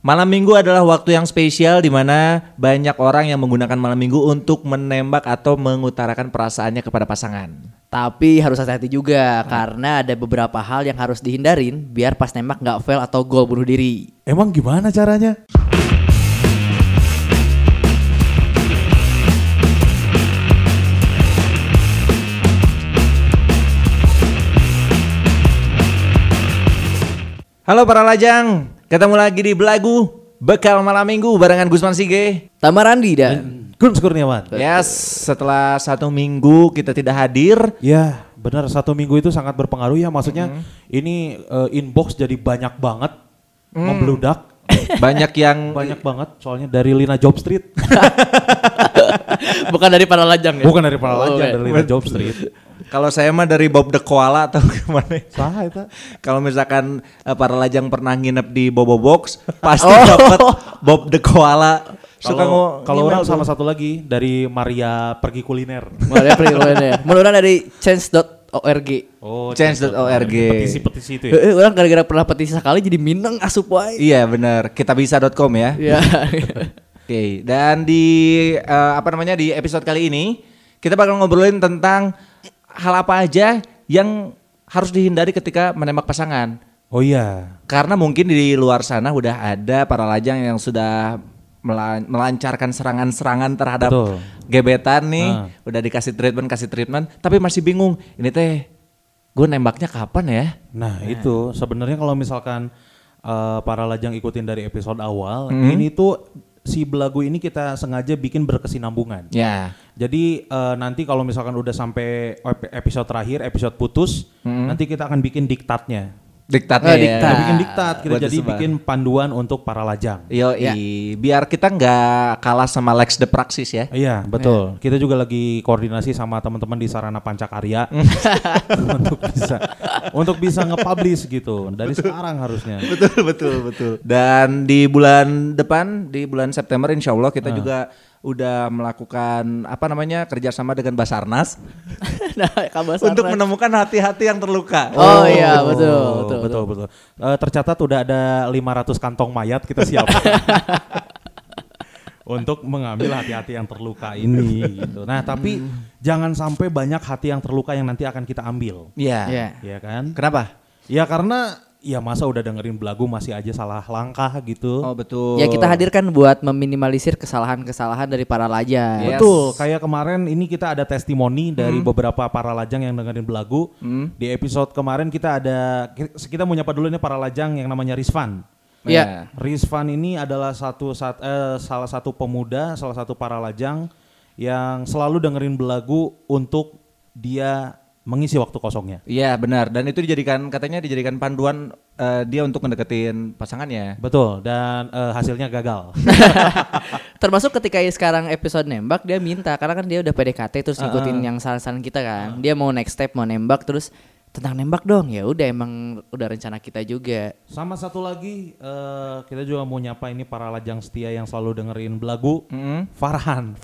Malam minggu adalah waktu yang spesial di mana banyak orang yang menggunakan malam minggu untuk menembak atau mengutarakan perasaannya kepada pasangan. Tapi harus hati-hati juga karena ada beberapa hal yang harus dihindarin biar pas nembak nggak fail atau gol bunuh diri. Emang gimana caranya? Halo para lajang, ketemu lagi di Belagu Bekal Malam Minggu barengan Gusman Sige, Tamarandi dan Gun Kurniawan. Yes, setelah 1 minggu kita tidak hadir. Ya benar, 1 minggu itu sangat berpengaruh ya. Maksudnya ini inbox jadi banyak banget, membludak. Banyak yang Banyak banget soalnya dari Lina Job Street. bukan dari para lajang ya. Bukan dari para lajang, dari Lina Job Street. kalau saya mah dari Bob the Koala atau gimana? Sah itu. Kalau misalkan para lajang pernah nginep di Bobo Box, pasti dapat Bob the Koala. Kalau orang sama satu lagi dari Maria Pergi Kuliner. Maria pergi ya. Menurut dari change.org. Oh, Change.org. Petisi-petisi itu ya. Orang gara-gara pernah petisi sekali jadi minang asup wae. Iya benar, kitabisa.com ya. Iya. Oke, dan di di episode kali ini kita bakal ngobrolin tentang hal apa aja yang harus dihindari ketika menembak pasangan. Oh iya. Karena mungkin di luar sana udah ada para lajang yang sudah melancarkan serangan-serangan terhadap Betul. gebetan nih, udah dikasih treatment, tapi masih bingung. Ini teh gue nembaknya kapan ya? Nah itu sebenarnya kalau misalkan para lajang ikutin dari episode awal, ini tuh si Belagu ini kita sengaja bikin berkesinambungan. Ya. Jadi nanti kalau misalkan udah sampai episode terakhir, episode putus, nanti kita akan bikin diktatnya. Diktatnya ya. Kita bikin diktat, kita Buat jadi disebar. bikin panduan untuk para lajang. Biar kita nggak kalah sama Lex the Praxis ya. Iya betul. Kita juga lagi koordinasi sama teman-teman di Sarana Pancakarya untuk bisa nge-publish gitu dari sekarang harusnya. Betul. Dan di bulan depan, di bulan September insya Allah kita juga udah melakukan kerjasama dengan Basarnas Nah, untuk menemukan hati-hati yang terluka. Oh iya, betul. Tercatat udah ada 500 kantong mayat kita siapkan untuk mengambil hati-hati yang terluka ini gitu. Nah, tapi jangan sampai banyak hati yang terluka yang nanti akan kita ambil. Iya. Ya kan? Kenapa? Ya karena ya masa udah dengerin Belagu masih aja salah langkah gitu. Oh betul. Ya kita hadirkan buat meminimalisir kesalahan-kesalahan dari para lajang. Yes. Betul, kayak kemarin ini kita ada testimoni dari beberapa para lajang yang dengerin Belagu. Di episode kemarin kita mau nyapa dulu nih para lajang yang namanya Rizvan. Iya. Rizvan ini adalah salah satu pemuda, salah satu para lajang yang selalu dengerin Belagu untuk dia mengisi waktu kosongnya. Iya benar, dan itu katanya dijadikan panduan dia untuk mendeketin pasangannya. Betul, dan hasilnya gagal. Termasuk ketika sekarang episode nembak dia minta karena kan dia udah PDKT terus ngikutin yang saran-saran kita kan. Dia mau next step mau nembak terus tentang nembak dong. Ya udah emang udah rencana kita juga. Sama satu lagi kita juga mau nyapa ini para lajang setia yang selalu dengerin Belagu. Farhan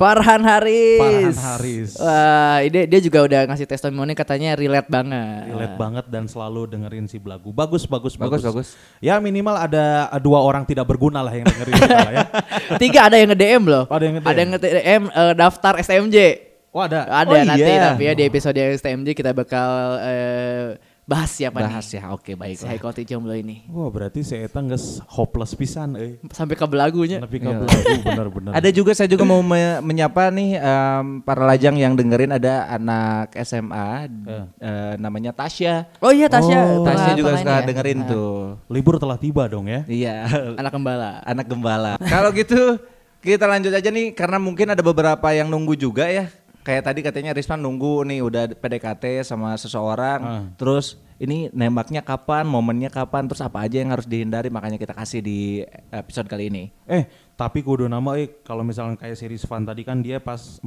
Haris. Wah, dia juga udah ngasih testimoni katanya relate banget Dan selalu dengerin si Belagu. Bagus. Ya minimal ada 2 orang tidak berguna lah yang dengerin kita lah ya. 3 ada yang nge-DM loh. Ada yang nge-DM. Ada yang nge-DM daftar STMJ. Oh ada. Nanti iya. tapi ya di episode STMJ kita bakal bahas siapa nih. Oke baik. Si Haikoti jomblo ini. Wah berarti si Eta nges hopeless pisan Sampai ke Belagunya. Tapi ke Belagu benar-benar. Saya juga mau menyapa nih para lajang yang dengerin, ada anak SMA namanya Tasya. Oh iya Tasya. Tasya juga suka dengerin tuh. Libur telah tiba dong ya. Iya. Anak Gembala. Kalau gitu kita lanjut aja nih karena mungkin ada beberapa yang nunggu juga ya. Kayak tadi katanya Rizwan nunggu nih udah PDKT sama seseorang. Terus ini nembaknya kapan, momennya kapan, terus apa aja yang harus dihindari, makanya kita kasih di episode kali ini. Tapi kudu nama kalau misalnya kayak si Rizwan tadi kan dia pas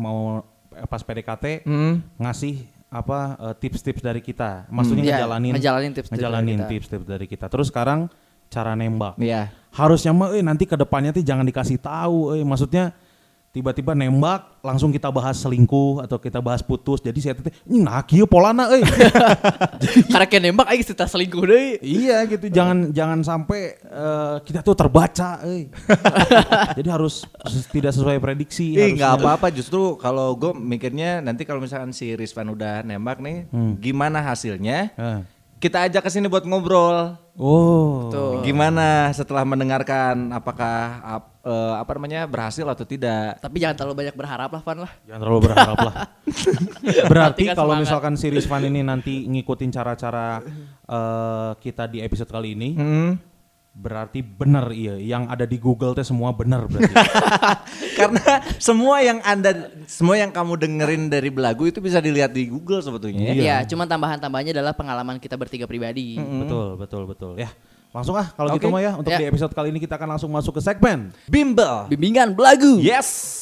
PDKT ngasih tips-tips dari kita. Maksudnya ngejalanin tips-tips dari kita. Terus sekarang cara nembak. Iya. Harusnya nanti ke depannya tuh jangan dikasih tahu. Maksudnya tiba-tiba nembak, langsung kita bahas selingkuh atau kita bahas putus. Jadi saya teh, nah kieu polana euy. Karena kayak nembak aja kita selingkuh deh. Iya gitu, jangan sampai kita tuh terbaca euy. Jadi harus tidak sesuai prediksi. Nggak apa-apa, justru kalau gue mikirnya nanti kalau misalkan si Rizwan udah nembak nih, gimana hasilnya? Kita ajak ke sini buat ngobrol. Oh. Betul. Gimana setelah mendengarkan apakah berhasil atau tidak? Tapi jangan terlalu banyak berharap lah, Van lah. Jangan terlalu berharap lah. Berarti kalau misalkan si Rizwan ini nanti ngikutin cara-cara kita di episode kali ini, berarti benar iya, yang ada di Google teh semua benar berarti. Karena semua yang kamu dengerin dari Belagu itu bisa dilihat di Google sebetulnya. Iya, cuma tambahan-tambahannya adalah pengalaman kita bertiga pribadi. Betul. Ya, langsung kalau gitu mah ya untuk di episode kali ini kita akan langsung masuk ke segmen Bimbel, Bimbingan Belagu. Yes.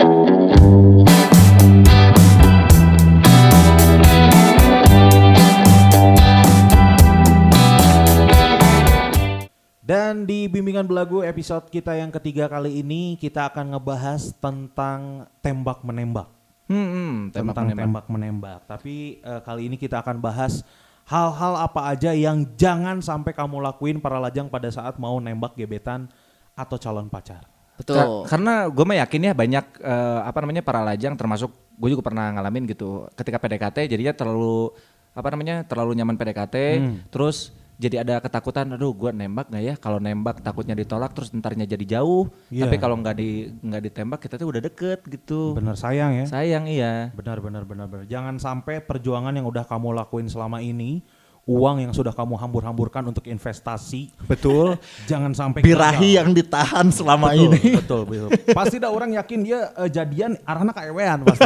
Dan di Bimbingan Belagu episode kita yang ketiga kali ini kita akan ngebahas tentang tembak menembak. Tembak menembak. Tapi kali ini kita akan bahas hal-hal apa aja yang jangan sampai kamu lakuin para lajang pada saat mau nembak gebetan atau calon pacar. Betul. Karena gue mah yakin ya banyak para lajang, termasuk gue juga pernah ngalamin gitu. Ketika PDKT jadinya terlalu nyaman PDKT, terus jadi ada ketakutan, aduh gue nembak nggak ya? Kalau nembak takutnya ditolak, terus entarnya jadi jauh. Yeah. Tapi kalau nggak ditembak kita tuh udah deket gitu. Bener, sayang ya? Sayang, iya. Benar. Jangan sampai perjuangan yang udah kamu lakuin selama ini, uang yang sudah kamu hambur-hamburkan untuk investasi. Betul. Jangan sampai birahi yang ditahan selama ini. Betul. Pasti ada orang yakin dia jadian arahna kaewean pasti.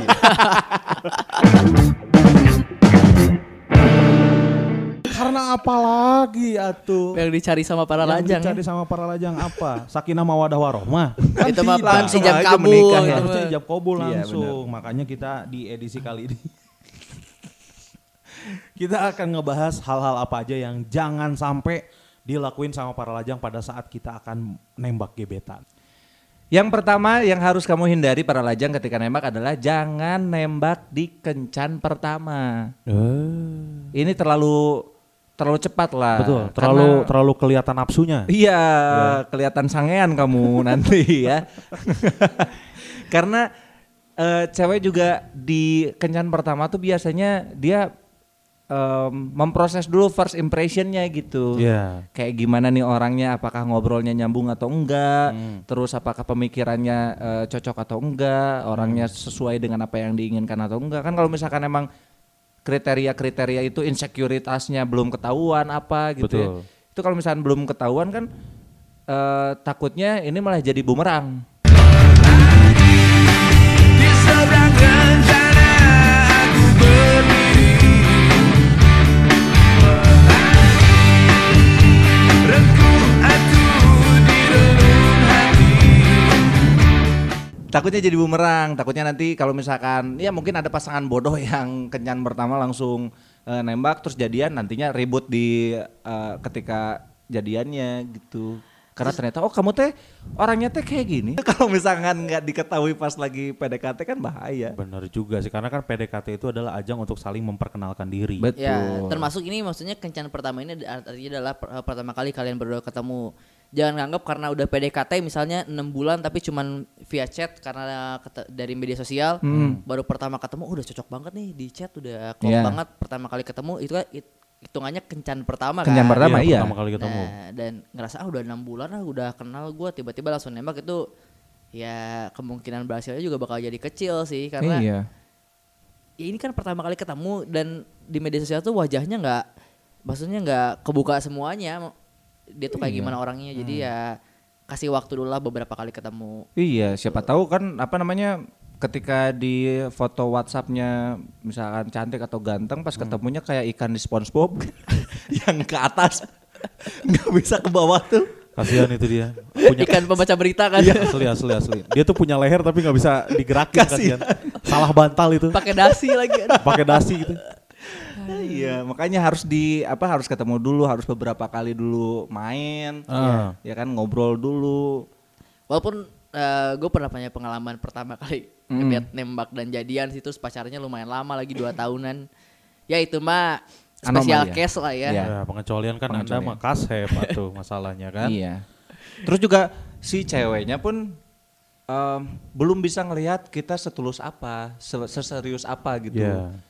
Karena apa lagi atuh? Yang dicari sama para lajang. Dicari sama para lajang apa? Sakinah mawaddah warahmah. Itu mah langsung ijab kabul. Harusnya ijab kabul langsung. Makanya kita di edisi kali ini kita akan ngebahas hal-hal apa aja yang jangan sampai dilakuin sama para lajang pada saat kita akan nembak gebetan. Yang pertama yang harus kamu hindari para lajang ketika nembak adalah jangan nembak di kencan pertama. Ini terlalu cepat lah. Betul, terlalu kelihatan nafsunya. Iya, kelihatan sangean kamu nanti ya. Karena cewek juga di kencan pertama tuh biasanya dia memproses dulu first impressionnya gitu. Kayak gimana nih orangnya, apakah ngobrolnya nyambung atau enggak, terus apakah pemikirannya cocok atau enggak, orangnya sesuai dengan apa yang diinginkan atau enggak. Kan kalau misalkan emang kriteria itu insekuritasnya belum ketahuan apa gitu. Betul. Ya. Itu kalau misalnya belum ketahuan kan takutnya ini malah jadi bumerang. Di seberang rencana aku berdiri, rengkuh atuh di relung hati. Takutnya jadi bumerang, takutnya nanti kalau misalkan ya mungkin ada pasangan bodoh yang kencan pertama langsung nembak terus jadian, nantinya ribut di ketika jadiannya gitu. Karena ternyata kamu teh orangnya teh kayak gini. Kalau misalkan nggak diketahui pas lagi PDKT kan bahaya. Benar juga sih, karena kan PDKT itu adalah ajang untuk saling memperkenalkan diri. Betul. Ya, termasuk ini maksudnya kencan pertama ini artinya adalah pertama kali kalian berdua ketemu. Jangan anggap karena udah PDKT misalnya 6 bulan tapi cuman via chat karena dari media sosial baru pertama ketemu udah cocok banget nih di chat, udah klop banget pertama kali ketemu, itu kan hitungannya kencan pertama kan. Kencan pertama iya. Pertama kali ketemu. Nah, dan ngerasa udah 6 bulan udah kenal gue, tiba-tiba langsung nembak, itu ya kemungkinan berhasilnya juga bakal jadi kecil sih karena ya ini kan pertama kali ketemu dan di media sosial tuh wajahnya nggak kebuka semuanya. Dia tuh kayak gimana orangnya, jadi ya kasih waktu dulu lah beberapa kali ketemu. Iya, siapa tahu kan ketika di foto WhatsApp-nya misalkan cantik atau ganteng, pas ketemunya kayak ikan di SpongeBob yang ke atas nggak bisa ke bawah tuh. Kasihan itu dia. Ikan pembaca berita kan. Iya, asli. Dia tuh punya leher tapi nggak bisa digerakin, kasihan. Salah bantal itu. Pakai dasi lagi. Pakai dasi gitu. Iya, makanya harus harus ketemu dulu, harus beberapa kali dulu main, ya kan, ngobrol dulu. Walaupun gue pernah punya pengalaman pertama kali lihat nembak dan jadian sih, terus pacarnya lumayan lama lagi 2 tahunan. Ya itu mah special case lah ya. Ya, pengecualian kan Anda mah kasep atuh masalahnya kan. Iya. Terus juga si ceweknya pun belum bisa ngelihat kita setulus apa, seserius apa gitu.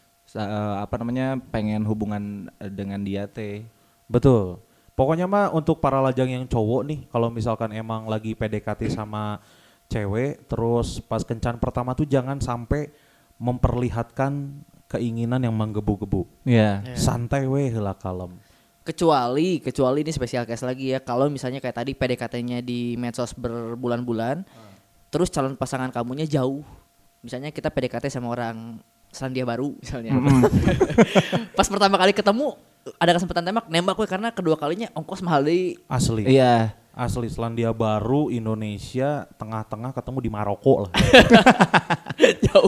Pengen hubungan dengan dia teh. Betul. Pokoknya mah untuk para lajang yang cowok nih, kalau misalkan emang lagi PDKT sama cewek, terus pas kencan pertama tuh jangan sampai memperlihatkan keinginan yang menggebu-gebu. Santai weh heula kalem. Kecuali ini spesial case lagi ya, kalau misalnya kayak tadi PDKT-nya di medsos berbulan-bulan, terus calon pasangan kamunya jauh. Misalnya kita PDKT sama orang Selandia Baru misalnya. Pas pertama kali ketemu ada kesempatan nembak gue karena kedua kalinya ongkos mahal deh. Asli. Iya. Asli Selandia Baru, Indonesia, tengah-tengah ketemu di Maroko lah. Jauh.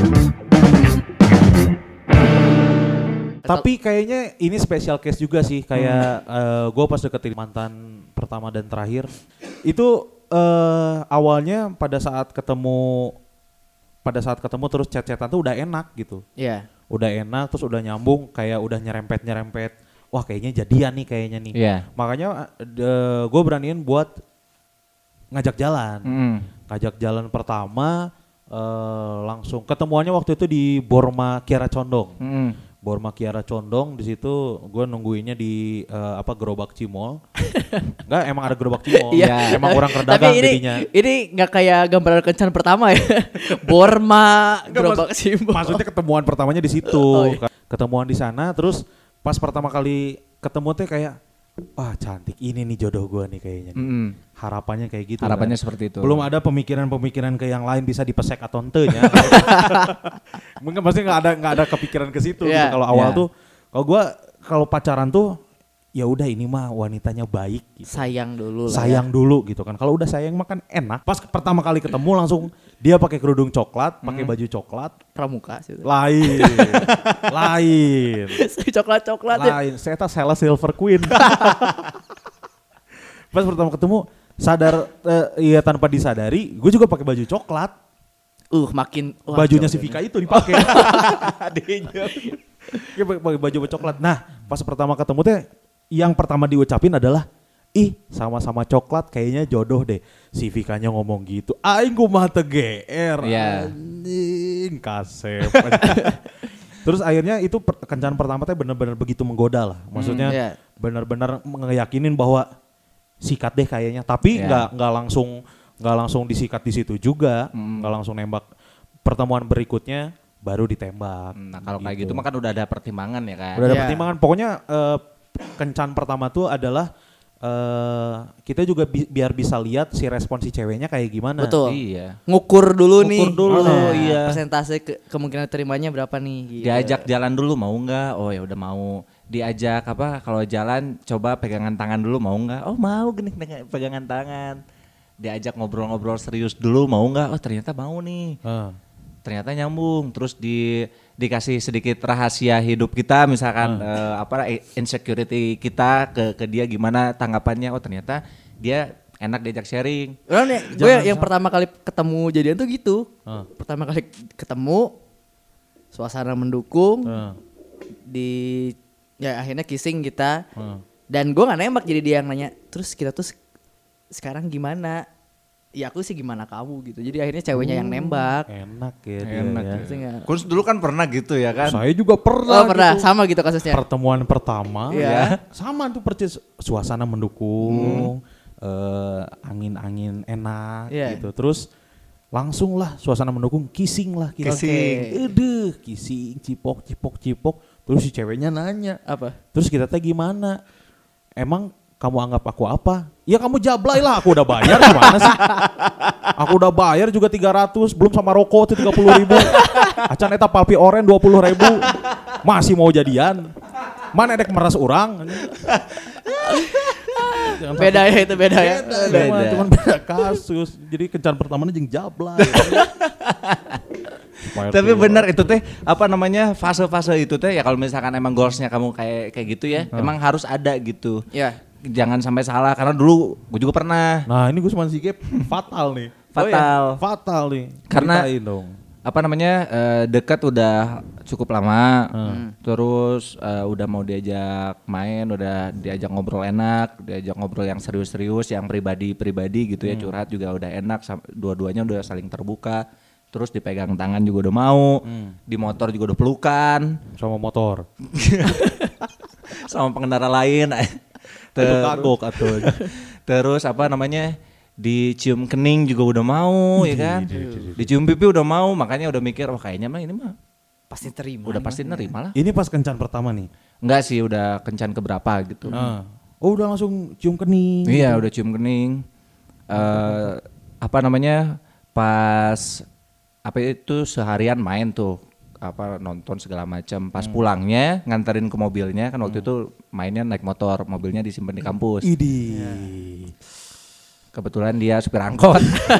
Tapi kayaknya ini special case juga sih, kayak gue pas deketin mantan pertama dan terakhir itu awalnya pada saat ketemu terus chat-chatan tuh udah enak gitu. Iya. Udah enak, terus udah nyambung, kayak udah nyerempet. Wah kayaknya jadian nih kayaknya nih. Yeah. Makanya gue beraniin buat ngajak jalan. Ngajak jalan pertama langsung ketemuannya waktu itu di Borma Kiara Condong. Borma Kiara Condong, di situ gue nungguinnya di Gerobak Cimol. Enggak, emang ada Gerobak Cimol. Iya. Emang orang kerdagang jadinya. Ini enggak kayak gambaran kencan pertama ya. Borma Gerobak Cimol. Maksudnya ketemuan pertamanya di situ. Ketemuan di sana, terus pas pertama kali ketemu teh kayak, wah cantik, ini nih jodoh gue nih kayaknya. Harapannya kayak gitu. Harapannya kan. Seperti itu. Belum ada pemikiran-pemikiran ke yang lain bisa dipesek atau entenya. Mungkin pasti nggak ada kepikiran ke situ. Gitu. Kalau awal tuh, kalau pacaran tuh, ya udah ini mah wanitanya baik. Gitu. Sayang dulu lah. Sayang dulu gitu kan. Kalau udah sayang mah kan enak. Pas pertama kali ketemu langsung dia pakai kerudung coklat, pakai baju coklat. Pramuka sih. Lain. Coklat-coklat. Lain. Saya tak salah Silver Queen. Pas pertama ketemu sadar ya tanpa disadari, gue juga pakai baju coklat. Bajunya si Vika itu dipakai. Adenya. Dia pakai baju coklat. Nah, pas pertama ketemu teh yang pertama diucapin adalah, ih sama-sama coklat kayaknya jodoh deh. Si Vikanya ngomong gitu. Aing mah teu GR. Anjing kasep. Terus akhirnya itu kencan pertama teh benar-benar begitu menggoda lah. Maksudnya benar-benar ngeyakinin bahwa sikat deh kayaknya, tapi nggak langsung disikat di situ juga, nggak langsung nembak. Pertemuan berikutnya baru ditembak. Nah kalau kayak gitu mah kan udah ada pertimbangan ya kan. Udah ada pertimbangan. Pokoknya kencan pertama tuh adalah kita juga biar bisa lihat si respon si ceweknya kayak gimana. Betul. Iya. Ngukur dulu nih. Iya. Persentase kemungkinan terimanya berapa nih? Gitu. Diajak jalan dulu mau nggak? Oh ya udah mau. Diajak kalau jalan coba pegangan tangan dulu mau nggak? Oh mau gini pegangan tangan. Diajak ngobrol-ngobrol serius dulu mau nggak? Oh ternyata mau nih. Ternyata nyambung. Terus dikasih sedikit rahasia hidup kita misalkan insecurity kita ke dia gimana tanggapannya. Oh ternyata dia enak diajak sharing. Gue yang pertama kali ketemu jadian tuh gitu. Pertama kali ketemu suasana mendukung. Akhirnya kissing kita. Dan gue gak nembak, jadi dia yang nanya, terus kita tuh sekarang gimana? Ya aku sih gimana kamu gitu. Jadi akhirnya ceweknya yang nembak. Enak ya. Terus dulu kan pernah gitu ya kan? Saya juga pernah. Pernah gitu. Sama gitu kasusnya. Pertemuan pertama sama tuh percis suasana mendukung, angin-angin enak gitu. Terus langsung lah suasana mendukung, kissing lah kita. Kissing, cipok. Terus si ceweknya nanya, apa? Terus kita teh gimana? Emang kamu anggap aku apa? Ya kamu jablay lah, aku udah bayar gimana sih? Aku udah bayar juga 300, belum sama rokok tuh 30.000. Acan eta palpi oren 20.000. Masih mau jadian? Mana edek meres orang? Beda ya itu beda ya. Cuman beda kasus. Jadi kencan pertamanya jeung jablay. Tapi benar itu teh fase-fase itu teh ya kalau misalkan emang goalsnya kamu kayak gitu ya emang harus ada gitu. Iya. Jangan sampai salah karena dulu gue juga pernah. Nah ini gue cuma si Gap fatal nih. Fatal. Fatal nih. Karena Ceritain dong. apa namanya dekat udah cukup lama, terus udah mau diajak main, udah diajak ngobrol enak, diajak ngobrol yang serius-serius, yang pribadi gitu ya, curhat juga udah enak, dua-duanya udah saling terbuka, terus dipegang tangan juga udah mau, di motor juga udah pelukan, Sama motor. sama pengendara lain, Itu kagok atuh. terus apa namanya dicium kening juga udah mau ya kan, dicium pipi udah mau, makanya udah mikir wah kayaknya mah ini mah Pasti terima. udah pasti nerima lah. Ini pas kencan pertama nih. Enggak sih, udah kencan keberapa gitu. Oh udah langsung cium kening. Iya udah cium kening. Apa namanya pas apa itu seharian main tuh apa nonton segala macam. Pas pulangnya nganterin ke mobilnya kan waktu itu mainnya naik motor, mobilnya disimpan di kampus. Idih. Kebetulan dia supir angkot.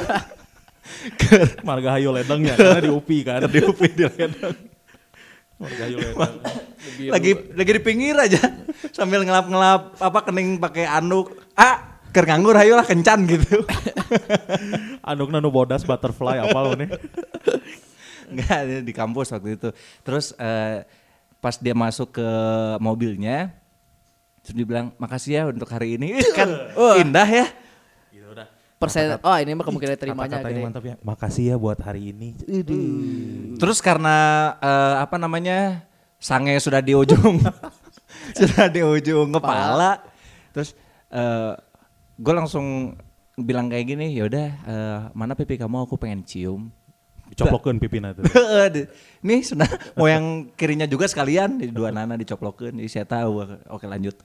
Marga Hayo Ledeng ya, karena di UPI kan. Di UPI di Ledeng. Marga Hayo Ledeng. lagi di pinggir aja sambil ngelap-ngelap apa kening pakai anduk. Keur nganggur hayo lah kencan gitu. Anduk nanu bodas butterfly apa lo nih? Enggak, di kampus waktu itu. Terus pas dia masuk ke mobilnya, terus dia bilang makasih ya untuk hari ini. Kan indah ya. Ini mah kemungkinan terimanya Kata-kata gede. yang mantap ya. Makasih ya buat hari ini. Terus karena apa namanya sange sudah di ujung, sudah di ujung kepala. Terus gue langsung bilang kayak gini, yaudah mana pipi kamu aku pengen cium. Dicoplokeun pipina tuh. Nih sudah mau yang kirinya juga sekalian, di dua nana dicoplokeun. Jadi saya tahu. Oke lanjut.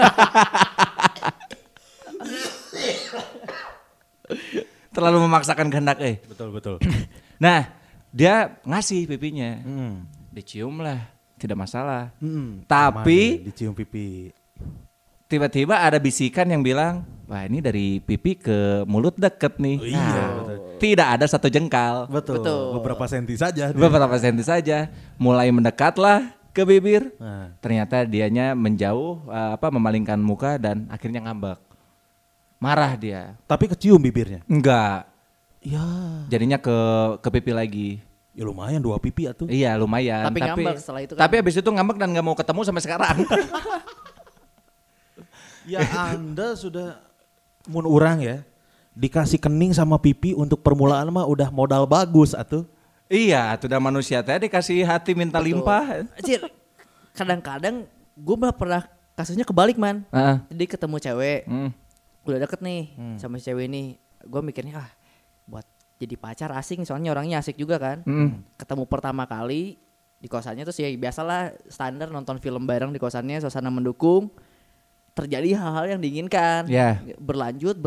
Terlalu memaksakan kehendak Betul. Nah dia ngasih pipinya, dicium lah, tidak masalah. Tapi dicium pipi. tiba-tiba ada bisikan yang bilang, wah ini dari pipi ke mulut deket nih. Betul. Tidak ada satu jengkal. Betul. Beberapa senti saja. Beberapa senti saja. Mulai mendekatlah ke bibir. Nah. Ternyata dianya menjauh, memalingkan muka dan akhirnya ngambek. Marah dia. Tapi kecium bibirnya. Enggak. Ya. Jadinya ke pipi lagi. Ya lumayan 2 pipi atuh. Iya lumayan. Tapi ngambek setelah itu kan. Tapi abis itu ngambek dan gak mau ketemu sampai sekarang. Ya Anda sudah mun urang ya. Dikasih kening sama pipi untuk permulaan mah udah modal bagus atuh. Iya, itu udah manusia teh dikasih hati minta limpah. Cir, kadang-kadang gue malah pernah kasusnya kebalik man. Jadi ketemu cewek, udah deket nih sama si cewek ini. Gue mikirnya buat jadi pacar asing, soalnya orangnya asik juga kan. Ketemu pertama kali di kosannya terus ya biasalah standar nonton film bareng di kosannya, suasana mendukung. Terjadi hal-hal yang diinginkan. Yeah. Berlanjut.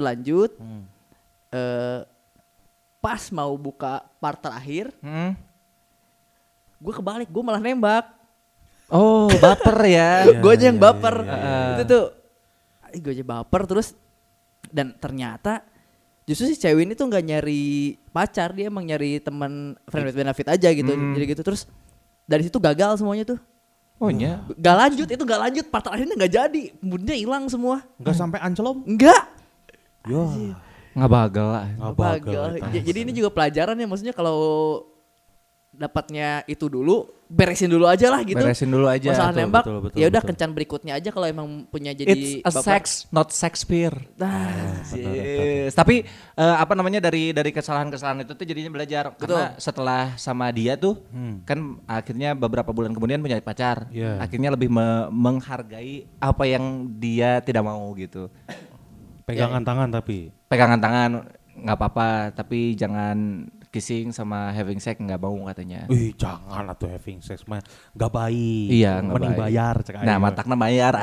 Pas mau buka part terakhir, gue kebalik, gue malah nembak. Oh, baper ya. Gue aja yang baper. Itu tuh, gue aja baper terus. Dan ternyata justru si cewek ini tuh nggak nyari pacar, dia emang nyari teman friend with benefit aja gitu. Jadi gitu terus dari situ gagal semuanya tuh. Oh iya. Gak lanjut, part terakhirnya nggak jadi, moodnya hilang semua. Enggak sampai ancelom. Enggak. Yo. Nggak bagal lah. Jadi ini juga pelajaran ya, maksudnya kalau dapatnya itu dulu, beresin dulu aja lah gitu. Beresin dulu aja. Masalah nembak, ya udah betul. kencan berikutnya aja kalau emang punya jadi. It's a sex, not Shakespeare. Yes. Tapi dari kesalahan-kesalahan itu tuh jadinya belajar. Karena setelah sama dia tuh kan akhirnya beberapa bulan kemudian punya pacar. Yeah. Akhirnya lebih menghargai apa yang dia tidak mau gitu. Pegangan tangan tapi. Pegangan tangan nggak apa-apa, tapi jangan kissing sama having sex nggak mau katanya. Wih jangan atuh having sex mah nggak baik. Iya nggak baik. Mending bayar cek aja. Nah matakna bayar.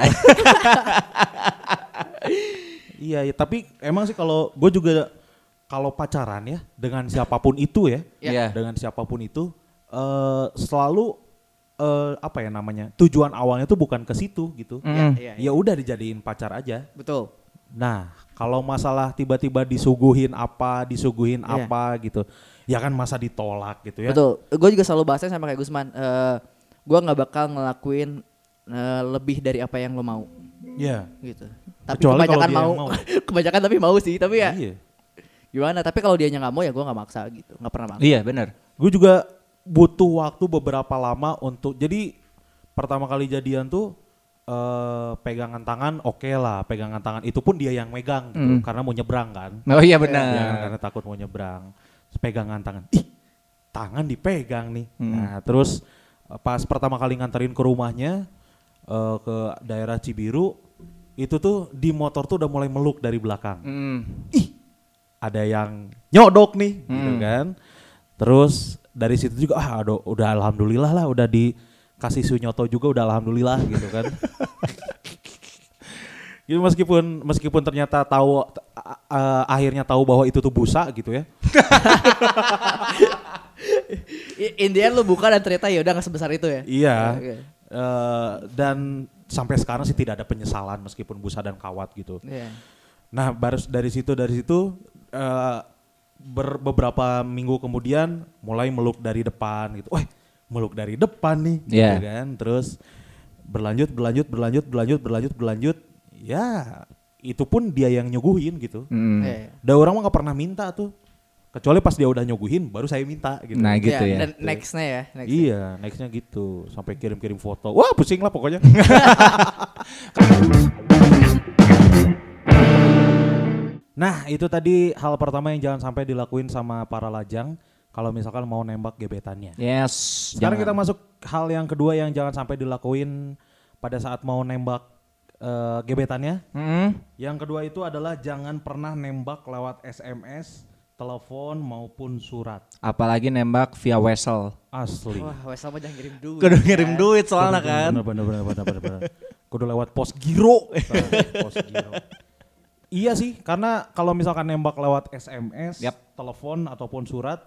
Iya ya, tapi emang sih kalau gue juga kalau pacaran ya dengan siapapun itu ya, dengan siapapun itu selalu tujuan awalnya tuh bukan ke situ gitu. Ya udah dijadiin pacar aja. Betul. Nah kalau masalah tiba-tiba disuguhin apa gitu, ya kan masa ditolak gitu ya. Betul. Gue juga selalu bahasnya sama kayak Gusman. Gue nggak bakal ngelakuin lebih dari apa yang lo mau. Iya. Gitu. Tapi kecuali kebanyakan kalau dia mau. Kebanyakan tapi mau sih. Tapi ya. Iya. gimana. Tapi kalau dianya nggak mau ya gue nggak maksa gitu, nggak pernah maksa. Iya benar. Gue juga butuh waktu beberapa lama untuk, jadi pertama kali jadian tuh pegangan tangan oke lah, pegangan tangan itu pun dia yang megang gitu, karena mau nyebrang kan. Oh iya benar. Ya, karena takut mau nyebrang. Pegangan tangan, tangan dipegang nih. Nah terus pas pertama kali nganterin ke rumahnya ke daerah Cibiru, itu tuh di motor tuh udah mulai meluk dari belakang. Ada yang nyodok nih, gitu kan. Terus dari situ juga udah alhamdulillah lah, udah dikasih sunyoto juga udah alhamdulillah gitu kan. Jadi meskipun ternyata tahu akhirnya tahu bahwa itu tuh busa gitu ya. In the end lu buka dan ternyata ya udah nggak sebesar itu ya. Iya. Dan sampai sekarang sih tidak ada penyesalan meskipun busa dan kawat gitu. Yeah. Nah baru dari situ beberapa minggu kemudian mulai meluk dari depan gitu. Meluk dari depan nih, gitu kan. Terus berlanjut. Ya itu pun dia yang nyuguhin gitu. Dan orang mah gak pernah minta tuh. Kecuali pas dia udah nyuguhin baru saya minta gitu. Nah gitu ya. Dan nextnya ya. Iya nextnya gitu. Sampai kirim-kirim foto. Wah pusing lah pokoknya. Nah itu tadi hal pertama yang jangan sampai dilakuin sama para lajang kalau misalkan mau nembak gebetannya. Yes. Sekarang kita masuk hal yang kedua yang jangan sampai dilakuin pada saat mau nembak gebetannya. Yang kedua itu adalah jangan pernah nembak lewat SMS, telepon maupun surat. Apalagi nembak via wesel. Asli. Wah, wesel mah jangan ngirim duit. Kudu ngirim duit soalnya kan. Bener. Kudu lewat pos giro. Pos giro. Iya sih, karena kalau misalkan nembak lewat SMS, telepon ataupun surat,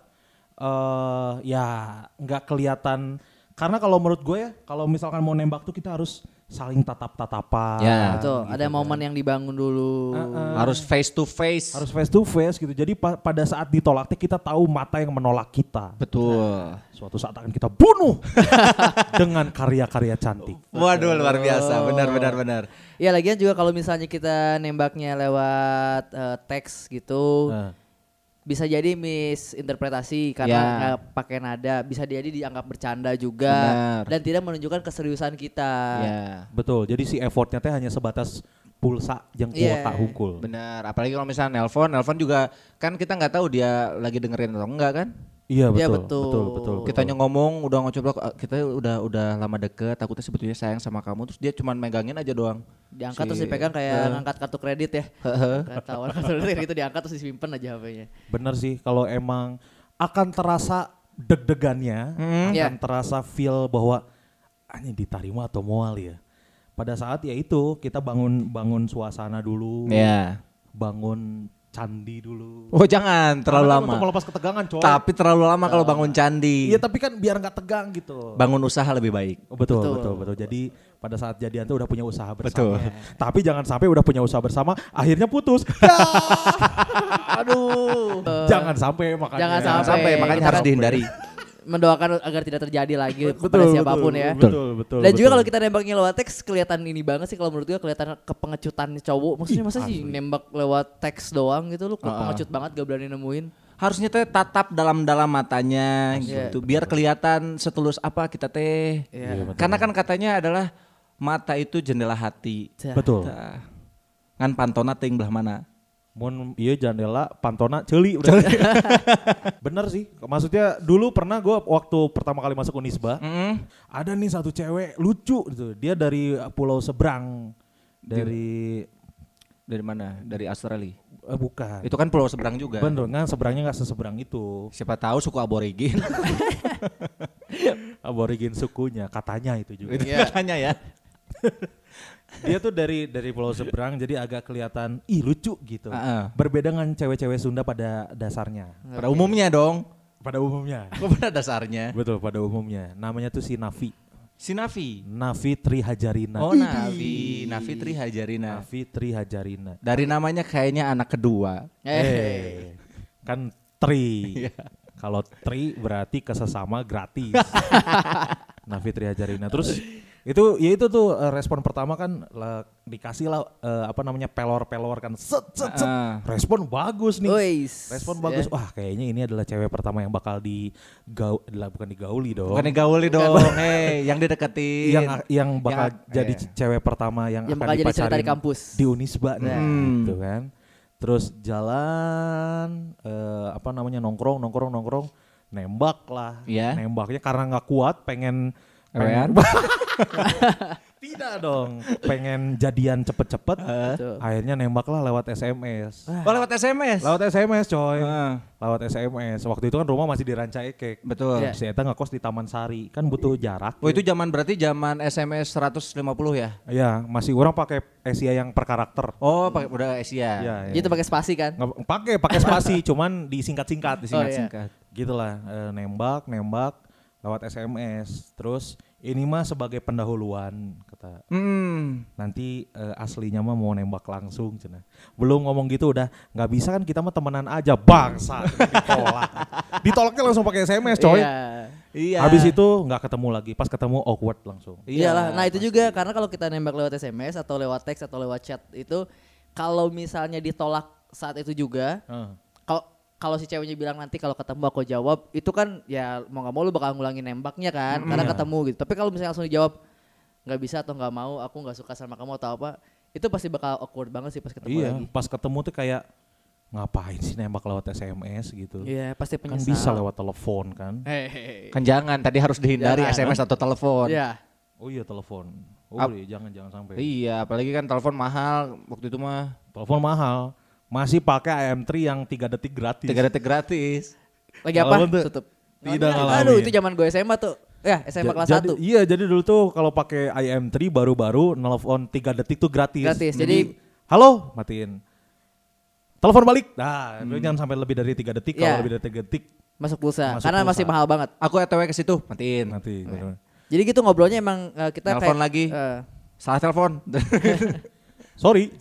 ya nggak kelihatan. Karena kalau menurut gue ya, kalau misalkan mau nembak tuh kita harus saling tatap-tatapan. Ya, betul. Gitu, ada momen yang dibangun dulu. Harus face to face. Harus face to face gitu. Jadi pada saat ditolak kita tahu mata yang menolak kita. Betul. Suatu saat akan kita bunuh dengan karya-karya cantik. Waduh luar biasa. Benar. Ya lagian juga kalau misalnya kita nembaknya lewat teks gitu. Bisa jadi misinterpretasi karena nggak pakai nada, bisa jadi dianggap bercanda juga. Benar. Dan tidak menunjukkan keseriusan kita. Betul, jadi si effortnya teh hanya sebatas pulsa yang kuota hungkul. Benar, apalagi kalau misalnya nelpon juga kan kita nggak tahu dia lagi dengerin atau enggak kan. Iya betul. Kita ngomong udah ngocoblok, kita udah lama deket, takutnya sebetulnya sayang sama kamu, terus dia cuma megangin aja doang. Diangkat terus dipegang kayak ngangkat kartu kredit ya. Ketahuan kartu kredit itu diangkat terus disimpan aja HP-nya. Bener sih, kalau emang akan terasa deg-degannya, akan terasa feel bahwa ini diterima atau mual ya. Pada saat ya itu kita bangun suasana dulu, bangun candi dulu. Oh jangan terlalu lama. Untuk melepas ketegangan coy. Tapi terlalu lama kalau bangun candi. Iya tapi kan biar nggak tegang gitu. Bangun usaha lebih baik. Betul. Jadi pada saat jadian tuh udah punya usaha bersama. Tapi jangan sampai udah punya usaha bersama akhirnya putus. Aduh. Jangan sampai makanya. Jangan sampai makanya harus dihindari. Mendoakan agar tidak terjadi lagi kepada siapapun ya. Betul. Dan juga kalau kita nembaknya lewat teks kelihatan ini banget sih kalau menurut gue kelihatan kepengecutan cowok. Maksudnya masa sih nembak lewat teks doang gitu lu kepengecut banget gak berani nemuin. Harusnya teh tatap dalam-dalam matanya gitu. Biar kelihatan setulus apa kita teh. Karena kan katanya adalah mata itu jendela hati. Betul. Ngan pantona teuing belah mana? Mun iya jendela pantona ceuli. Bener sih, maksudnya dulu pernah gue waktu pertama kali masuk Unisba, ada nih satu cewek lucu gitu, dia dari pulau seberang, dari mana? Dari Australia? Bukan. Itu kan pulau seberang juga. Bener, nggak seberangnya nggak seseberang itu. Siapa tahu suku aborigin. Aborigin sukunya, katanya itu juga. Katanya ya. Dia tuh dari pulau seberang jadi agak kelihatan lucu gitu. Berbeda dengan cewek-cewek Sunda pada dasarnya. Pada umumnya dong. Pada umumnya. Pada dasarnya. Betul, pada umumnya. Namanya tuh si Nafi. Nafi Trihajarina. Oh Nafi Trihajarina. Nafi Trihajarina. Dari namanya kayaknya anak kedua. Kan Tri. Kalau Tri berarti kesesama gratis. Nafi Trihajarina. Terus Itu tuh respon pertama kan dikasih lah pelor kan set. Respon bagus nih. Respon bagus. Wah, kayaknya ini adalah cewek pertama yang bakal bukan digauli dong. Bukan digauli dong. Yang dideketin. Yang bakal jadi cewek pertama yang akan bakal dipacarin jadi di kampus. Di Unisba gitu kan. Terus jalan nongkrong, nembak lah. Nembaknya karena nggak kuat pengen tidak dong, pengen jadian cepet-cepet. Akhirnya nembak lah lewat SMS. Lewat SMS? Lewat SMS coy. Lewat SMS. Waktu itu kan rumah masih di Rancaekek. Betul. Si Eta ngekos di Taman Sari. Kan butuh jarak. Oh itu berarti zaman SMS 150 ya? Iya, masih orang pakai Asia yang per karakter. Oh, udah Asia. Ya. Itu pakai spasi kan? Pakai spasi, cuman disingkat-singkat. Disingkat-singkat. Gitulah, nembak lewat SMS. Terus ini mah sebagai pendahuluan kata. Nanti aslinya mah mau nembak langsung cenah. Belum ngomong gitu udah nggak bisa kan kita mah temenan aja bangsa. Ditolaknya langsung pakai SMS coy. Iya. Habis itu nggak ketemu lagi. Pas ketemu awkward langsung. Iyalah. Nah itu juga karena kalau kita nembak lewat SMS atau lewat teks atau lewat chat itu kalau misalnya ditolak saat itu juga kalau si ceweknya bilang nanti kalau ketemu aku jawab, itu kan ya mau gak mau lu bakal ngulangin nembaknya kan, karena ketemu gitu. Tapi kalau misalnya langsung dijawab, gak bisa atau gak mau, aku gak suka sama kamu atau apa, itu pasti bakal awkward banget sih pas ketemu lagi. Pas ketemu tuh kayak, ngapain sih nembak lewat SMS gitu. Iya pasti penyesal. Kan bisa lewat telepon kan. Kan jangan, tadi harus dihindari SMS atau telepon. Iya. Oh iya telepon. Jangan sampai. Iya, apalagi kan telepon mahal waktu itu mah. Telepon mahal. Masih pakai IM3 yang 3 detik gratis. 3 detik gratis. Lagi apa? Tutup. Tidak ngalamin. Aduh itu zaman gue SMA tuh. Ya SMA kelas 1. Iya jadi dulu tuh kalau pakai IM3 baru-baru nelfon 3 detik tuh gratis. Jadi halo matiin. Telepon balik. Nah jangan sampai lebih dari 3 detik. Kalau lebih dari 3 detik masuk pulsa. Karena masih mahal banget. Aku ETW ke situ matiin. Jadi gitu ngobrolnya emang kita telepon lagi. Salah telepon. Sorry.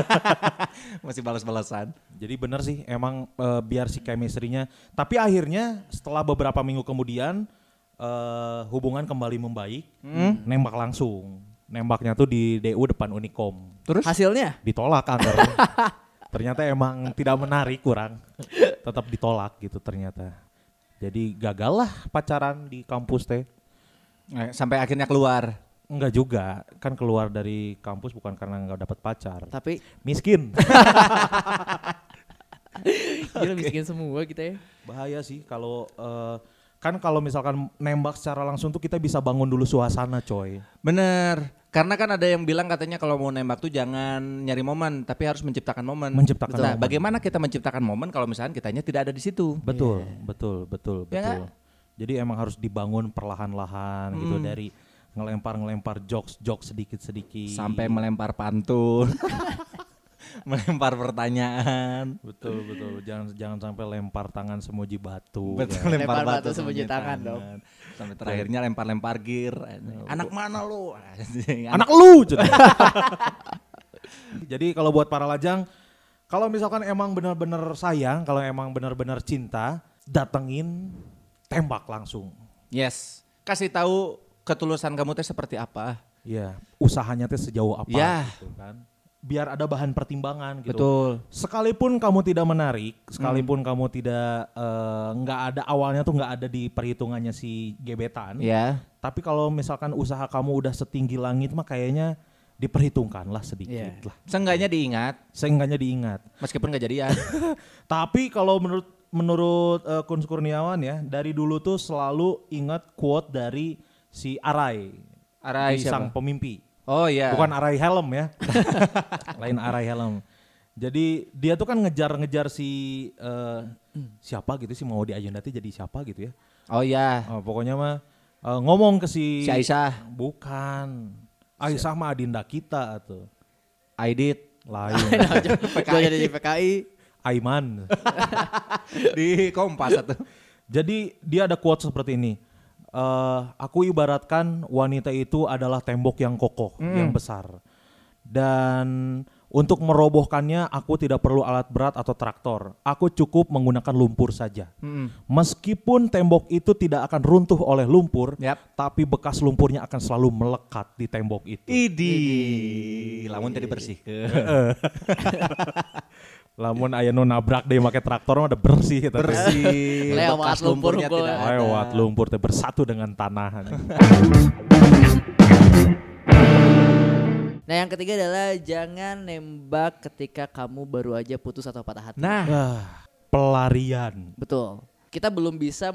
Masih balas-balasan. Jadi bener sih emang biar si chemistry-nya. Tapi akhirnya setelah beberapa minggu kemudian hubungan kembali membaik. Nembak langsung. Nembaknya tuh di DU depan Unikom. Terus hasilnya? Ditolak kantor. Ternyata emang tidak menarik kurang. Tetap ditolak gitu ternyata. Jadi gagal lah pacaran di kampus teh. Sampai akhirnya keluar. Enggak juga, kan keluar dari kampus bukan karena enggak dapat pacar. Tapi miskin. Gila miskin semua kita ya. Bahaya sih kalau kan kalau misalkan nembak secara langsung tuh kita bisa bangun dulu suasana coy. Bener, karena kan ada yang bilang katanya kalau mau nembak tuh jangan nyari momen, tapi harus menciptakan momen. Momen. Bagaimana kita menciptakan momen kalau misalkan kitanya tidak ada di situ? Betul. Ya, jadi emang harus dibangun perlahan-lahan gitu dari ngelempar jokes sedikit-sedikit sampai melempar pantun. Melempar pertanyaan. Betul. Jangan sampai lempar tangan semuji batu. Betul, ya. Lempar batu semuji tangan dong. Sampai terakhirnya lempar gear. Anak mana lu? Anak lu. Jadi kalau buat para lajang, kalau misalkan emang benar-benar sayang, kalau emang benar-benar cinta, datengin, tembak langsung. Yes. Kasih tahu ketulusan kamu teh seperti apa? Iya, usahanya teh sejauh apa gitu kan. Biar ada bahan pertimbangan gitu. Betul. Sekalipun kamu tidak menarik, sekalipun kamu tidak nggak ada awalnya tuh nggak ada di perhitungannya si gebetan. Iya. Tapi kalau misalkan usaha kamu udah setinggi langit mah kayaknya diperhitungkanlah sedikit lah. Seenggaknya diingat. Meskipun nggak jadian. Tapi kalau menurut Kun Kurniawan ya, dari dulu tuh selalu ingat quote dari si Arai sang pemimpi. Oh iya. Bukan Arai Helm ya. Lain Arai Helm. Jadi dia tuh kan ngejar siapa gitu sih mau diajendati jadi siapa gitu ya. Oh iya. Pokoknya mah ngomong ke si Aisyah. Bukan. Aisyah mah adinda kita tuh. Aidit. Lain. Jadi di PKI. Aiman. Di Kompas tuh. Jadi dia ada quote seperti ini. Aku ibaratkan wanita itu adalah tembok yang kokoh, yang besar. Dan Untuk merobohkannya aku tidak perlu alat berat atau traktor. Aku cukup menggunakan lumpur saja. Meskipun tembok itu tidak akan runtuh oleh lumpur, tapi bekas lumpurnya akan selalu melekat di tembok itu. Lamun tadi bersih. Lamun aya nu nabrak deh make traktor mah udah bersih eta. Bersih. Lewat lumpurnya tidak ada. Lewat lumpur teh bersatu dengan tanah. Nah yang ketiga adalah jangan nembak ketika kamu baru aja putus atau patah hati. Nah, pelarian. Betul. Kita belum bisa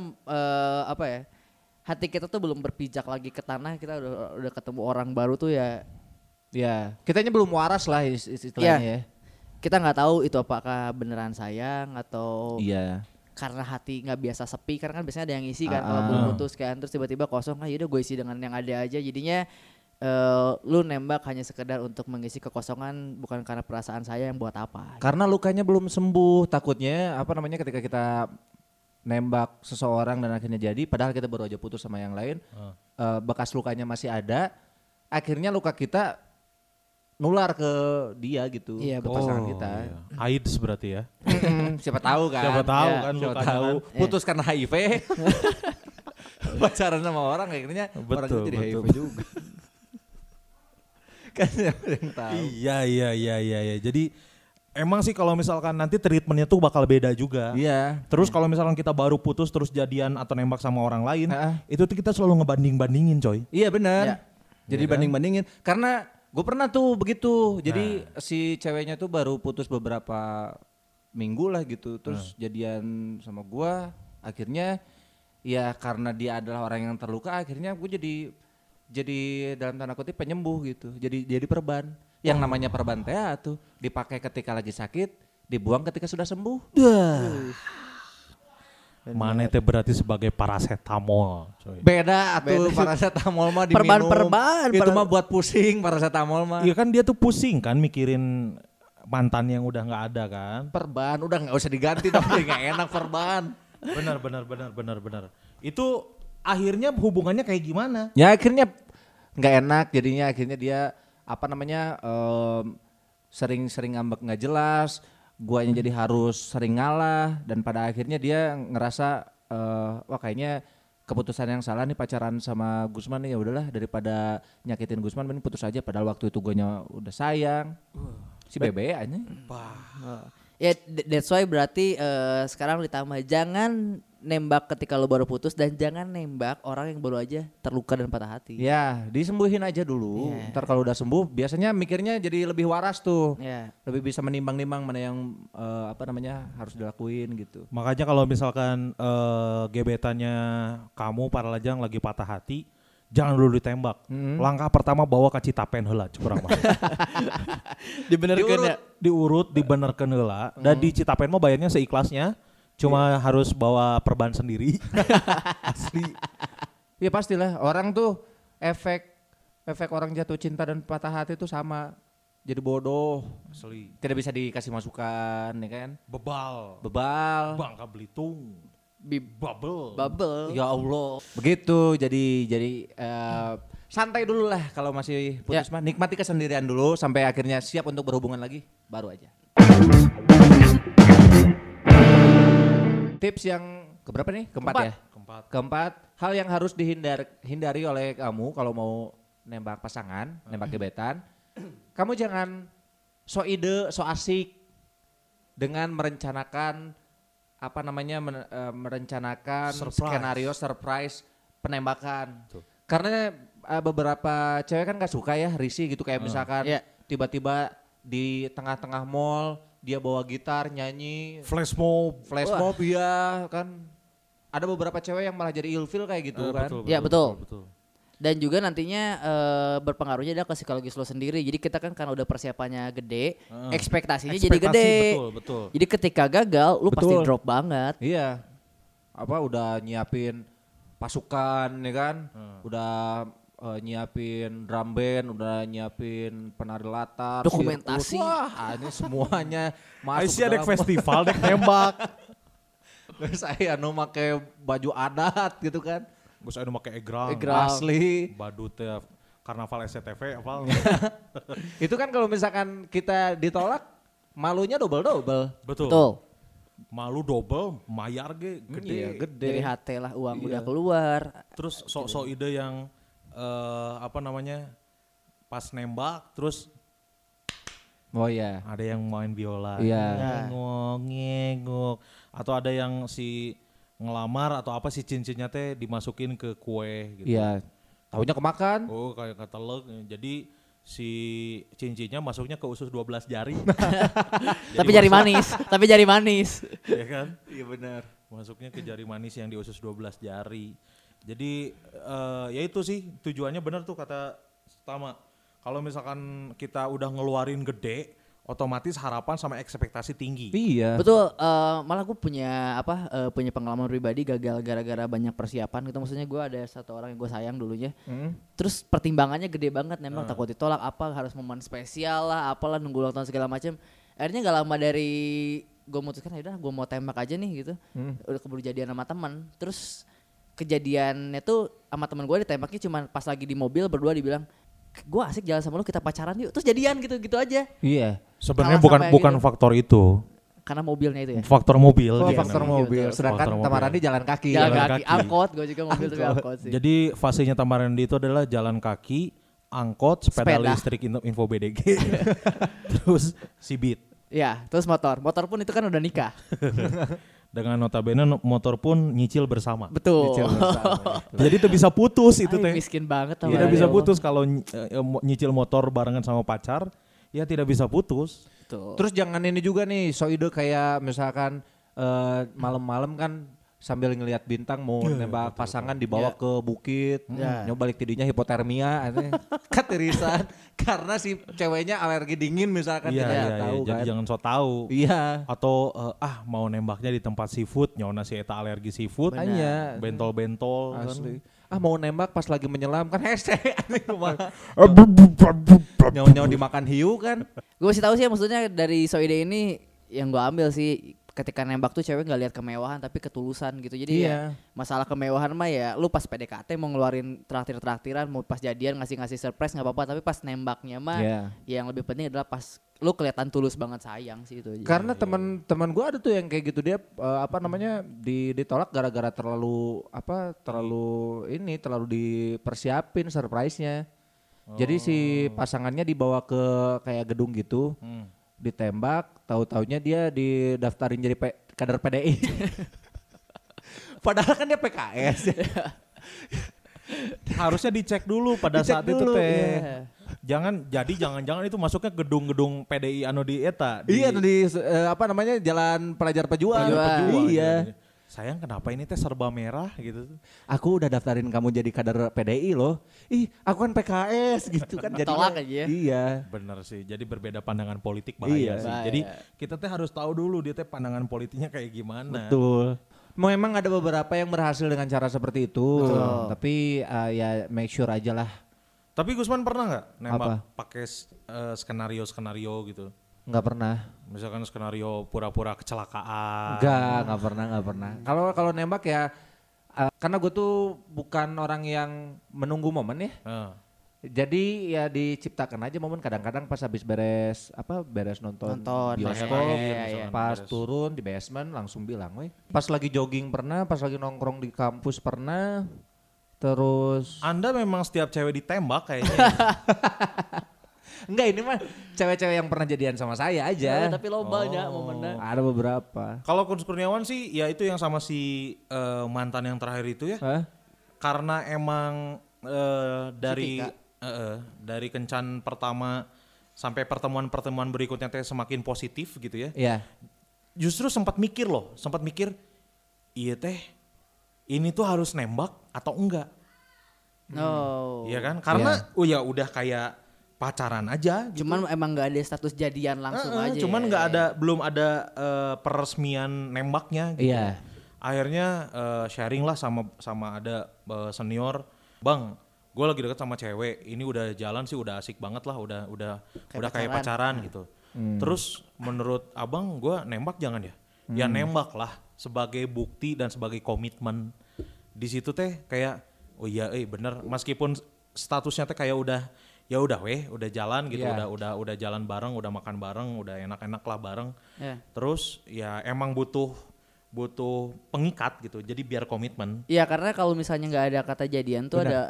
hati kita tuh belum berpijak lagi ke tanah, kita udah ketemu orang baru tuh ya. Ya, kitanya belum waras lah istilahnya ya. Kita nggak tahu itu apakah beneran sayang atau karena hati nggak biasa sepi, karena kan biasanya ada yang isi kan kalau belum putus kan, terus tiba-tiba kosong, yaudah gue isi dengan yang ada aja, jadinya lu nembak hanya sekedar untuk mengisi kekosongan, bukan karena perasaan saya yang buat apa. Karena lukanya belum sembuh, takutnya ketika kita nembak seseorang dan akhirnya jadi, padahal kita baru aja putus sama yang lain, bekas lukanya masih ada, akhirnya luka kita nular ke dia gitu, ke pasangan kita. Iya. AIDS berarti ya. Siapa tahu kan. Siapa tahu kan lukanya kan. Putus karena HIV. Pacaran sama orang akhirnya orang itu jadi HIV juga. Kan yang tahu. Iya. Jadi emang sih kalau misalkan nanti treatmentnya tuh bakal beda juga. Iya. Terus kalau misalkan kita baru putus terus jadian atau nembak sama orang lain, itu tuh kita selalu ngebanding-bandingin coy. Iya benar. Ya. Jadi ya banding-bandingin. Karena gue pernah tuh begitu. Jadi si ceweknya tuh baru putus beberapa minggu lah gitu. Terus jadian sama gue. Akhirnya ya karena dia adalah orang yang terluka, akhirnya gue jadi dalam tanda kutip penyembuh gitu. Jadi perban. Yang namanya perban teh tuh dipakai ketika lagi sakit, dibuang ketika sudah sembuh. Mana teh berarti sebagai paracetamol, coy. Beda atuh paracetamol mah diminum. Perban. Itu mah buat pusing paracetamol mah. Iya kan dia tuh pusing kan mikirin mantan yang udah nggak ada kan. Perban udah nggak usah diganti dong, nggak enak perban. Benar. Itu akhirnya hubungannya kayak gimana? Ya akhirnya nggak enak jadinya, akhirnya dia sering-sering ngambek nggak jelas. Guanya jadi harus sering ngalah dan pada akhirnya dia ngerasa wah kayaknya keputusan yang salah nih pacaran sama Gusman nih, ya udahlah daripada nyakitin Gusman mending putus aja, padahal waktu itu guanya udah sayang. Si bebe aja. Ya that's why berarti sekarang ditambah jangan nembak ketika lo baru putus dan jangan nembak orang yang baru aja terluka dan patah hati. Ya, disembuhin aja dulu. Ntar kalau udah sembuh biasanya mikirnya jadi lebih waras tuh. Lebih bisa menimbang-nimbang mana yang harus dilakuin gitu. Makanya kalau misalkan gebetannya kamu para lajang lagi patah hati, jangan dulu ditembak. Langkah pertama bawa ke Citapen heula curang mah. Diurut, dibenerkeun heula. Dan di Citapen mah bayarnya seikhlasnya. Cuma harus bawa perban sendiri. Asli. Ya pastilah, orang tuh efek orang jatuh cinta dan patah hati tuh sama. Jadi bodoh. Asli. Tidak bisa dikasih masukan, ya kan? Bebal. Bangka Belitung. Bubble. Ya Allah. Begitu, jadi santai dulu lah kalau masih putus mah. Nikmati kesendirian dulu sampai akhirnya siap untuk berhubungan lagi, baru aja. Tips yang keberapa nih? Keempat. Keempat, hal yang harus hindari oleh kamu kalau mau nembak pasangan, nembak gebetan. Kamu jangan so ide, so asik dengan merencanakan merencanakan skenario surprise penembakan. Karena beberapa cewek kan gak suka ya risih gitu, kayak misalkan tiba-tiba di tengah-tengah mall dia bawa gitar nyanyi flash mob ya kan. Ada beberapa cewek yang malah jadi ilfil kayak gitu kan. Betul. Dan juga nantinya berpengaruhnya adalah ke psikologis lo sendiri. Jadi kita kan karena udah persiapannya gede, ekspektasinya jadi gede. Betul. Jadi ketika gagal lu pasti drop banget. Iya. Udah nyiapin pasukan ya kan. Udah nyiapin drum band, udah nyiapin penari latar, dokumentasi. Wah, ini semuanya masuk Aisyah dek festival dek nembak. Terus saya make baju adat gitu kan. Gus anu make egrang. Asli. Badut teh Karnaval SCTV apa? Itu kan kalau misalkan kita ditolak, malunya double. Betul. Malu double, mayar gede. Iya, gede. Dari hati lah uang udah keluar. Terus sok-sok ide yang pas nembak terus Oh iya. ada yang main biola, Iya. ngengok, atau ada yang si ngelamar atau apa si cincinnya teh dimasukin ke kue gitu. Iya. Taunya kemakan. Oh kayak ketelek, jadi si cincinnya masuknya ke usus 12 jari. Tapi jari manis. Ya kan? Iya benar. Masuknya ke jari manis yang di usus 12 jari. Jadi ya itu sih tujuannya benar tuh kata Tama. Kalau misalkan kita udah ngeluarin gede, otomatis harapan sama ekspektasi tinggi. Iya. Betul, malah gue punya punya pengalaman pribadi gagal gara-gara banyak persiapan gitu. Maksudnya gue ada satu orang yang gue sayang dulunya. Terus pertimbangannya gede banget, nembak takut ditolak, harus momen spesial lah, apalah nunggu ulang tahun segala macam. Akhirnya gak lama dari gue memutuskan ya udah gue mau tembak aja nih gitu. Udah keburu jadian sama teman. Terus kejadiannya tuh sama teman gue ditembaknya cuma pas lagi di mobil berdua dibilang, gue asik jalan sama lu, kita pacaran yuk, terus jadian gitu aja. Iya. Sebenarnya bukan gitu. faktor itu. Karena mobilnya itu ya. Faktor mobil. Faktor mobil. Sedangkan Tamarandi jalan kaki. Jalan kaki. Angkot, gue juga mobil tapi angkot sih. Jadi fasenya Tamarandi itu adalah jalan kaki, angkot, sepeda listrik info BDG, terus si Beat. Ya, terus motor pun itu kan udah nikah. Dengan notabene motor pun nyicil bersama. Betul. Nyicil bersama. Jadi itu bisa putus itu teh. Miskin banget. Tidak bisa putus kalau nyicil motor barengan sama pacar, ya tidak bisa putus. Betul. Terus jangan ini juga nih, so ide kayak misalkan malam-malam kan sambil ngelihat bintang mau nembak pasangan dibawa ke bukit, nyoba balik tidinya hipotermia, ketirisan karena si ceweknya alergi dingin misalkan tidak tahu kan. Jadi jangan so tahu. Iya. Atau mau nembaknya di tempat seafood, nyona si eta alergi seafood, bentol-bentol. Asli. Mau nembak pas lagi menyelam kan hese, nyawa dimakan hiu kan. Gue masih tahu sih maksudnya dari Soide ini yang gue ambil sih. Ketika nembak tuh cewek gak lihat kemewahan tapi ketulusan gitu. Jadi ya masalah kemewahan mah ya lu pas PDKT mau ngeluarin traktir-traktiran, mau pas jadian ngasih surprise gak apa-apa. Tapi pas nembaknya mah yang lebih penting adalah pas lu kelihatan tulus banget sayang sih itu aja. Karena teman gue ada tuh yang kayak gitu, dia ditolak gara-gara terlalu dipersiapin surprise-nya. Jadi si pasangannya dibawa ke kayak gedung gitu. Ditembak, tahu-taunya dia didaftarin jadi kader PDI. Padahal kan dia PKS. Harusnya dicek dulu pada saat itu teh. Jangan itu masuknya gedung-gedung PDI anu di eta. Iya di Jalan Pelajar Pejuang. Iya. Sayang kenapa ini teh serba merah gitu. Aku udah daftarin kamu jadi kader PDI loh. Ih, aku kan PKS gitu kan. Tolak aja. Iya. Bener sih. Jadi berbeda pandangan politik bahaya sih. Jadi kita teh harus tahu dulu dia teh pandangan politiknya kayak gimana. Betul. Memang ada beberapa yang berhasil dengan cara seperti itu. Betul. Tapi ya make sure aja lah. Tapi Gusman pernah nggak nembak pakai skenario gitu? Nggak pernah. Misalkan skenario pura-pura kecelakaan. Nggak pernah. Kalau nembak ya karena gue tuh bukan orang yang menunggu momen ya. Jadi ya diciptakan aja momen, kadang-kadang pas habis beres nonton bioskop, pas turun di basement langsung bilang, weh. Pas lagi jogging pernah, pas lagi nongkrong di kampus pernah. Terus Anda memang setiap cewek ditembak kayaknya. Enggak, ini mah cewek-cewek yang pernah jadian sama saya aja. Tapi lo banyak momennya. Ada beberapa. Kalau Kun Kurniawan sih ya itu yang sama si mantan yang terakhir itu ya. Karena emang dari kencan pertama sampai pertemuan berikutnya teh semakin positif gitu ya. Iya. Justru sempat mikir, iya teh ini tuh harus nembak atau enggak? Iya kan? Karena udah kayak pacaran aja gitu. Cuman emang gak ada status jadian langsung aja. Cuman belum ada peresmian nembaknya gitu. Iya. Akhirnya sharing lah sama ada senior, "Bang, gue lagi deket sama cewek, ini udah jalan sih, udah asik banget lah, udah kayak pacaran gitu." Terus menurut abang gue nembak jangan ya? Ya nembak lah sebagai bukti dan sebagai komitmen. Di situ teh kayak bener, meskipun statusnya teh kayak udah udah jalan gitu, udah jalan bareng, udah makan bareng, udah enak-enak lah bareng. Terus ya emang butuh pengikat gitu, jadi biar komitmen. Iya, karena kalau misalnya nggak ada kata jadian tuh ada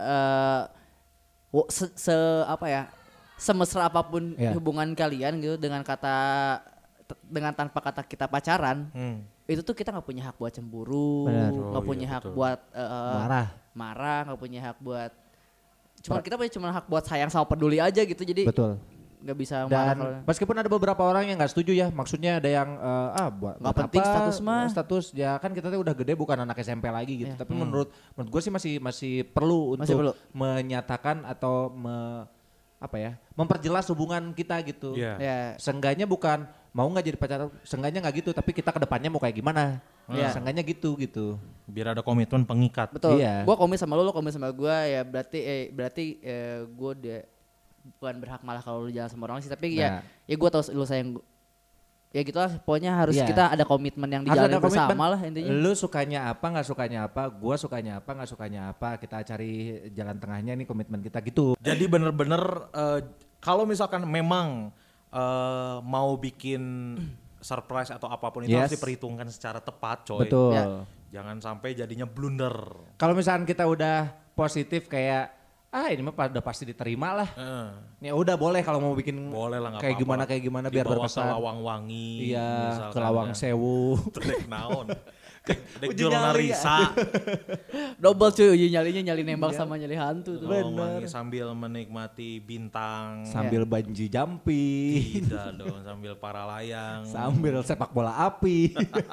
semesra apapun hubungan kalian gitu dengan tanpa kata kita pacaran, itu tuh kita nggak punya hak buat cemburu, nggak punya hak buat marah, nggak punya hak buat kita punya hak buat sayang sama peduli aja gitu, jadi nggak bisa dan marah. Meskipun ada beberapa orang yang nggak setuju ya, maksudnya ada yang buat nggak penting status ya kan kita tuh udah gede, bukan anak SMP lagi gitu. Tapi menurut gue sih masih perlu untuk menyatakan atau memperjelas hubungan kita gitu. Seenggaknya bukan mau nggak jadi pacar, seenggaknya nggak gitu, tapi kita kedepannya mau kayak gimana. Seenggaknya gitu. Biar ada komitmen pengikat. Betul. Gue komit sama lo komit sama gue, ya berarti gue bukan berhak malah kalau lu jalan sama orang sih, tapi ya gue tahu lu sayang, ya gitu lah pokoknya harus kita ada komitmen yang dijalin bersama lah intinya. Lu sukanya apa, nggak sukanya apa, gue sukanya apa, nggak sukanya apa, kita cari jalan tengahnya, nih komitmen kita gitu. Jadi bener-bener kalau misalkan memang mau bikin surprise atau apapun itu harus diperhitungkan secara tepat, coy. Betul. Jangan sampai jadinya blunder. Kalau misalkan kita udah positif kayak ini mah udah pasti diterima lah. Ya udah boleh kalau mau bikin boleh lah, kayak gimana biar berkesan. Ke Lawang Wangi. Iya, ke Lawang Sewu. Dek naon. Dek jual narisa. Double cuy, nyali nembak sama nyali hantu tuh. Bener. Sambil menikmati bintang. Sambil banji jumping. Tidak dong, sambil para layang. Sambil sepak bola api.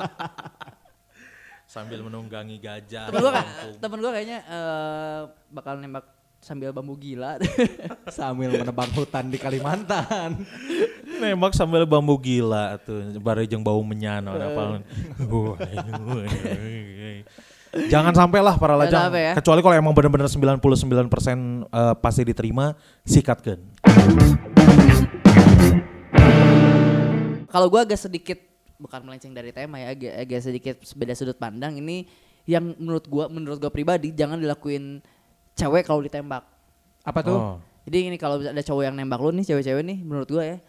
Sambil menunggangi gajah. Temen gue kayaknya bakal nembak sambil bambu gila. Sambil menebang hutan di Kalimantan. Nembak sambil bambu gila tuh, bareng bau menyan apa. Jangan sampai lah para lajang. Kecuali kalau emang benar-benar 99% pasti diterima, sikatkeun. Kalau gue agak sedikit bukan melenceng dari tema ya, agak sedikit beda sudut pandang. Ini yang menurut gue pribadi jangan dilakuin cewek kalau ditembak. Apa tuh? Jadi ini kalau ada cowok yang nembak lu nih, cewek-cewek nih, menurut gue ya,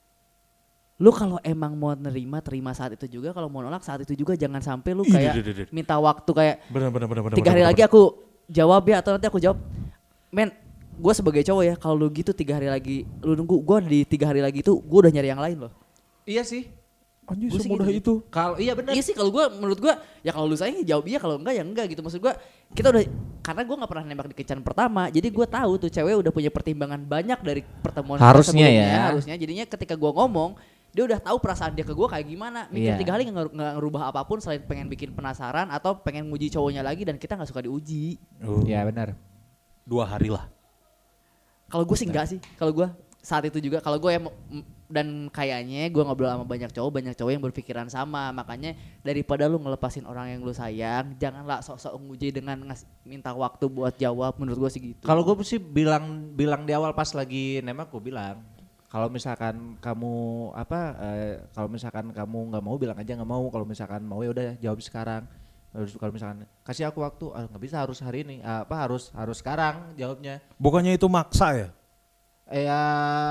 lu kalau emang mau terima saat itu juga, kalau mau nolak saat itu juga, jangan sampai lu kayak minta waktu kayak 3 hari lagi aku jawab ya, atau nanti aku jawab. Men, gue sebagai cowok ya, kalau lu gitu 3 hari lagi lu nunggu, gue di 3 hari lagi itu gue udah nyari yang lain loh. Iya sih. Anjir semudah gitu. Kalau iya benar. Iya sih, kalau gue menurut gue ya kalau lu sayang jawab iya, kalau enggak ya enggak gitu. Maksud gue kita udah, karena gue nggak pernah nembak di kencan pertama, jadi gue tahu tuh cewek udah punya pertimbangan banyak dari pertemuan harusnya sebelumnya. Harusnya jadinya ketika gue ngomong dia udah tahu perasaan dia ke gue kayak gimana. Mikir 3 hari nggak ngerubah apapun selain pengen bikin penasaran atau pengen nguji cowoknya lagi, dan kita nggak suka diuji. Iya benar. 2 hari lah. Kalau gue sih enggak sih. Kalau gue saat itu juga, kalau gue ya, dan kayaknya gue ngobrol sama banyak cowok yang berpikiran sama. Makanya daripada lu ngelepasin orang yang lu sayang, janganlah sok-sok nguji dengan minta waktu buat jawab. Menurut gue sih gitu. Kalau gue sih bilang di awal pas lagi nembak, gue bilang kalau misalkan kamu kalau misalkan kamu nggak mau, bilang aja nggak mau. Kalau misalkan mau ya udah jawab sekarang. Kalau misalkan kasih aku waktu, nggak bisa, harus hari ini, harus sekarang jawabnya. Bukannya itu maksa ya? Ya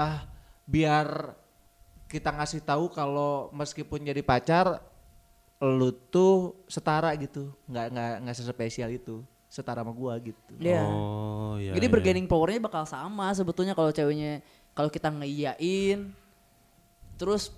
biar kita ngasih tahu kalau meskipun jadi pacar lu tuh setara gitu, nggak sespesial itu, setara sama gua gitu. Yeah. Iya. Jadi bargaining powernya bakal sama sebetulnya kalau ceweknya, kalau kita ngeiyain, terus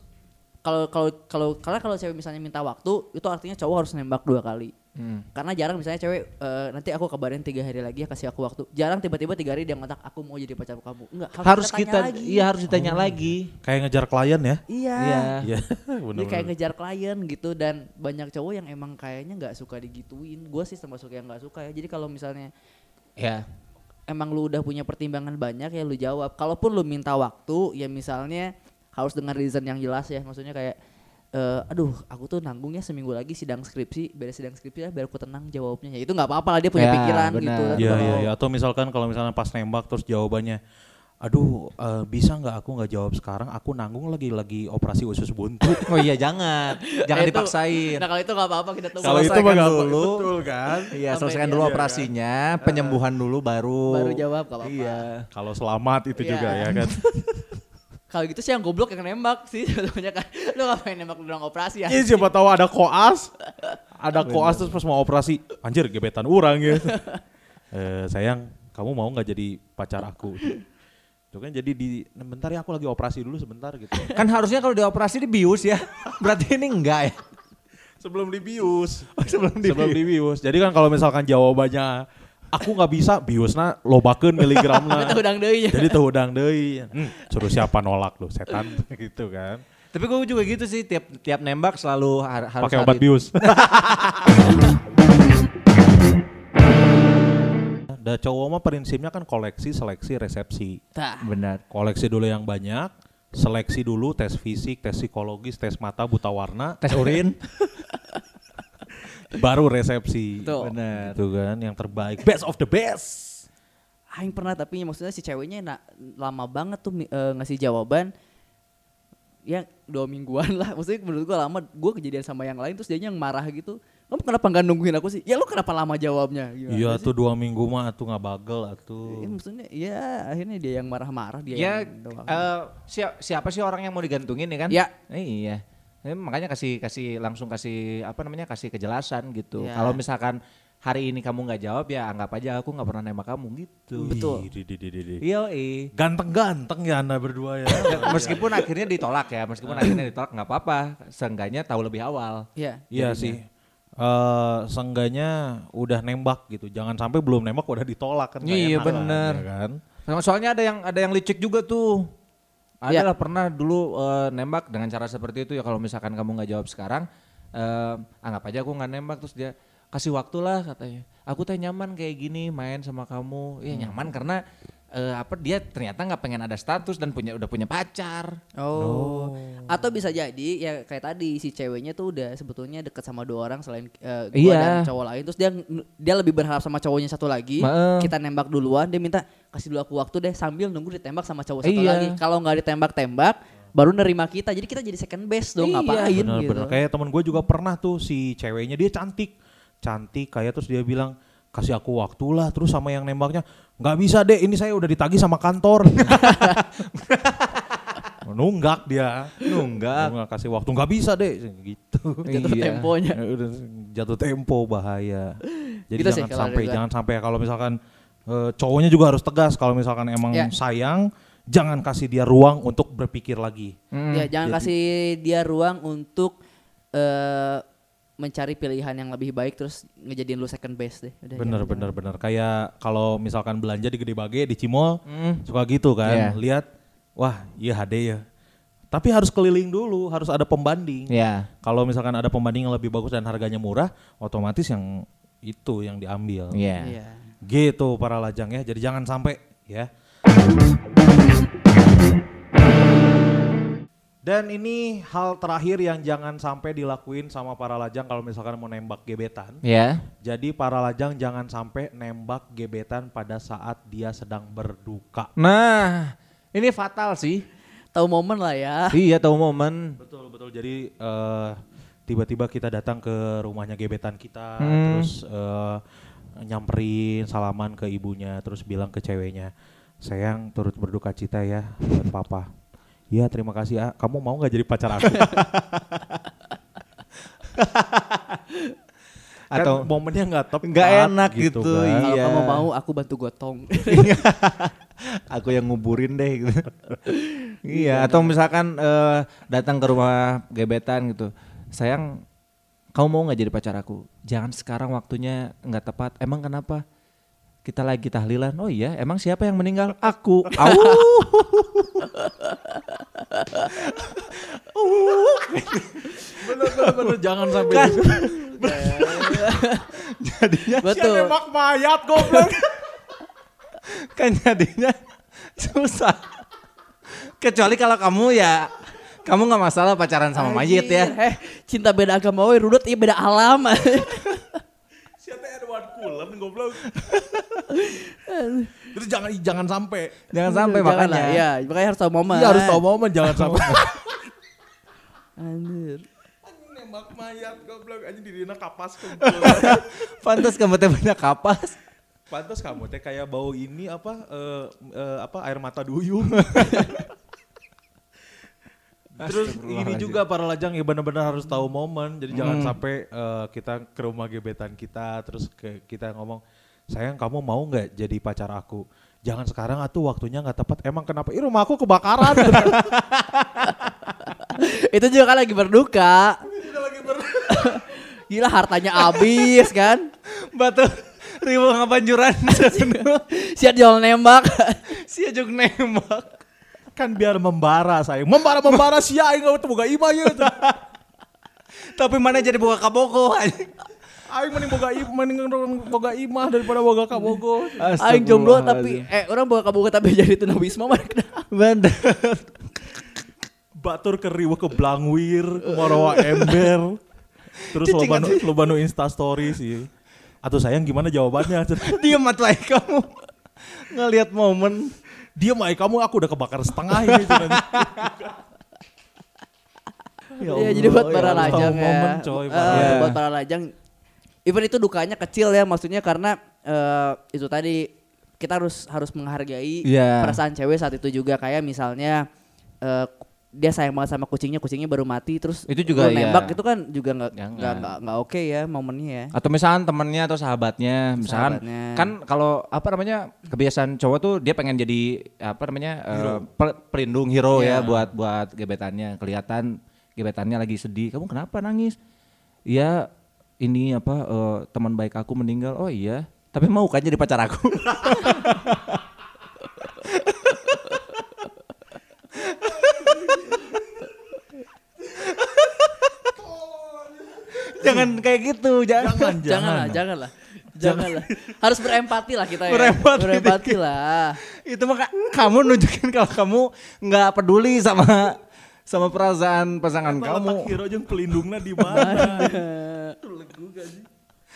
karena kalau cewek misalnya minta waktu, itu artinya cowok harus nembak 2 kali. Karena jarang misalnya cewek nanti aku kabarin 3 hari lagi ya, kasih aku waktu. Jarang tiba-tiba 3 hari dia ngotak aku mau jadi pacar kamu. Enggak, harus kita lagi. Iya, harus ditanya lagi. Kayak ngejar klien ya? Iya. Bener-bener. Kayak ngejar klien gitu, dan banyak cowok yang emang kayaknya nggak suka digituin. Gue sih termasuk yang nggak suka ya. Jadi kalau misalnya emang lu udah punya pertimbangan banyak ya lu jawab. Kalaupun lu minta waktu ya misalnya harus dengan reason yang jelas ya. Maksudnya kayak aku tuh nanggungnya seminggu lagi beres sidang skripsi ya, biar aku tenang jawabnya. Ya itu nggak apa-apa lah, dia punya pikiran bener. gitu. Iya. Atau misalkan kalau misalnya pas nembak terus jawabannya, aduh bisa nggak aku nggak jawab sekarang, aku nanggung lagi operasi usus buntu. Oh iya jangan dipaksain. Nah kalau itu nggak apa-apa kita tunggu. Kalau itu mah dulu, betul kan? Iya selesaikan dulu operasinya, penyembuhan dulu baru jawab nggak apa-apa. Iya. Kalau selamat itu juga ya kan. Kalau gitu sih yang goblok yang nembak sih sebetulnya kan. Lu ngapain nembak lu doang operasi ya? Iya siapa tahu ada koas. Ada koas terus pas mau operasi, anjir gebetan orang ya. Sayang, kamu mau nggak jadi pacar aku? Itu kan jadi bentar ya aku lagi operasi dulu sebentar gitu. Kan harusnya kalau dioperasi dibius ya. Berarti ini enggak ya? Sebelum dibius. Sebelum dibius. Jadi kan kalau misalkan jawabannya aku nggak bisa, biusna lobakeun miligramna. Jadi teu udang deui. Suruh siapa nolak lu, setan gitu kan. Tapi gue juga gitu sih, tiap nembak selalu harus pakai obat bius. Da cowok mah prinsipnya kan koleksi, seleksi, resepsi. Benar. Koleksi dulu yang banyak, seleksi dulu, tes fisik, tes psikologis, tes mata, buta warna, tes urin. Baru resepsi. Tuh. Benar. Itu kan yang terbaik, best of the best. Aing pernah tapi maksudnya si ceweknya lama banget tuh ngasih jawaban. Ya 2 mingguan lah, maksudnya menurut gue lama. Gue kejadian sama yang lain terus dianya yang marah gitu. Kamu kenapa gak nungguin aku sih? Ya lu kenapa lama jawabnya? Iya tuh 2 minggu mah tuh gak bagel atuh. Maksudnya ya akhirnya dia yang marah-marah. Dia ya siapa sih orang yang mau digantungin ya kan? Ya. Iya. Makanya kasih langsung kasih kejelasan gitu. Ya. Kalau misalkan hari ini kamu nggak jawab ya anggap aja aku nggak pernah nembak kamu gitu. Betul. Iya. Ganteng-ganteng ya Anda berdua ya. Meskipun akhirnya ditolak ya, nggak apa-apa. Seenggaknya tahu lebih awal. Iya. Iya sih. Seenggaknya udah nembak gitu. Jangan sampai belum nembak udah ditolak kan. Iya bener. Ya kan? Soalnya ada yang licik juga tuh. Adalah pernah dulu nembak dengan cara seperti itu ya, kalau misalkan kamu nggak jawab sekarang, anggap aja aku nggak nembak, terus dia kasih waktu lah katanya. Aku teh nyaman kayak gini main sama kamu. Ya nyaman karena dia ternyata nggak pengen ada status dan udah punya pacar. Oh. Atau bisa jadi ya kayak tadi si ceweknya tuh udah sebetulnya deket sama 2 orang selain gua dan cowok lain. Terus dia lebih berharap sama cowoknya satu lagi. Kita nembak duluan, dia minta kasih dulu aku waktu deh sambil nunggu ditembak sama cowok satu lagi. Kalau nggak ditembak-tembak baru nerima kita. Jadi kita jadi second best dong, ngapain bener, gitu. Bener. Kayak temen gue juga pernah tuh si ceweknya dia cantik kayak, terus dia bilang kasih aku waktu lah, terus sama yang nembaknya nggak bisa deh, ini saya udah ditagih sama kantor. Nunggak kasih waktu, nggak bisa deh gitu. Jatuh temponya. Jatuh tempo bahaya. Jadi gitu jangan sampai kalau misalkan cowoknya juga harus tegas kalau misalkan emang sayang, jangan kasih dia ruang untuk berpikir lagi. Ya jangan kasih dia ruang untuk mencari pilihan yang lebih baik terus ngejadiin lu second best deh. Bener. Kayak kalau misalkan belanja di Gede Bage, di Cimol, suka gitu kan. Lihat, wah iya HD ya. Tapi harus keliling dulu, harus ada pembanding. Kalau misalkan ada pembanding yang lebih bagus dan harganya murah, otomatis yang itu yang diambil. Gitu para lajang ya, jadi jangan sampai ya. Dan ini hal terakhir yang jangan sampai dilakuin sama para lajang kalau misalkan mau nembak gebetan. Jadi para lajang jangan sampai nembak gebetan pada saat dia sedang berduka. Nah, ini fatal sih. Tahu momen lah ya. Iya, tahu momen. Betul. Jadi tiba-tiba kita datang ke rumahnya gebetan kita, terus nyamperin, salaman ke ibunya, terus bilang ke ceweknya, sayang turut berduka cita ya buat papa. Iya terima kasih kamu mau gak jadi pacar aku? Atau kan momennya gak tepat. Gak enak gitu kan. Kalau kamu mau aku bantu gotong. Aku yang nguburin deh gitu. Iya atau misalkan datang ke rumah gebetan gitu. Sayang kamu mau gak jadi pacar aku? Jangan sekarang waktunya gak tepat. Emang kenapa? Kita lagi tahlilan. Oh iya, emang siapa yang meninggal? Aku. Bener jangan sampai kan. Jadinya betul. Si nembak mayat goblok. Kan jadinya susah. Kecuali kalau kamu nggak masalah pacaran sama mayit ya. Cinta beda agama we rudut ieu beda alam. Siapa Edward Cullen goblok. Terus jangan sampai. Jangan sampai makanya. Iya, makanya harus tahu momen. Iya harus tahu momen, jangan sampai. Anjir. Nembak mayat goblok aja dirina kapas kumpul. Pantas kamu teh banyak kapas. Pantas kamu teh kayak bau ini apa air mata duyung. Terus ini juga para lajang ya benar-benar harus tahu momen. Jadi jangan sampai kita ke rumah gebetan kita terus kita ngomong, sayang kamu mau nggak jadi pacar aku? Jangan sekarang atuh waktunya nggak tepat. Emang kenapa? Ih rumah aku kebakaran. Itu juga kan lagi berduka. Gila hartanya habis kan. Batu ribu ngabanjuran. Sia jual nembak. Sia jug nembak. Kan biar membara sayang. Membara sia aing gak boga imah ya. Tapi mana jadi boga kabogo aja. Aing mending boga imah daripada boga kabogo. Aing jomblo tapi orang boga kabogo tapi jadi tunawisma mah. Bener. Batur ke riweuh ke Blangwir, ke Marawa Ember. Terus loba nu Insta story sih. Atau sayang gimana jawabannya? Diam atuh aing kamu. Ngelihat momen. Diam aing kamu aku udah kebakar setengah ini. Ya jadi buat para lajang ya. Momen, coy, buat para lajang. Even itu dukanya kecil ya maksudnya karena itu tadi kita harus menghargai perasaan cewek saat itu juga kayak misalnya dia sayang banget sama kucingnya baru mati terus itu juga nembak itu kan juga nggak oke ya momennya ya. Atau misalkan temannya atau sahabatnya, misalkan kan kalau apa namanya kebiasaan cowok tuh dia pengen jadi apa namanya pelindung hero ya buat gebetannya. Kelihatan gebetannya lagi sedih, kamu kenapa nangis? Iya ini apa teman baik aku meninggal. Oh iya, tapi mau kan jadi pacar aku. Jangan kayak gitu, janganlah. Harus berempati lah kita ya. Berempati lah. Itu mah kamu nunjukin kalau kamu nggak peduli sama perasaan pasangan kamu. Letak hero jeung pelindungna di mana? Legu gak sih?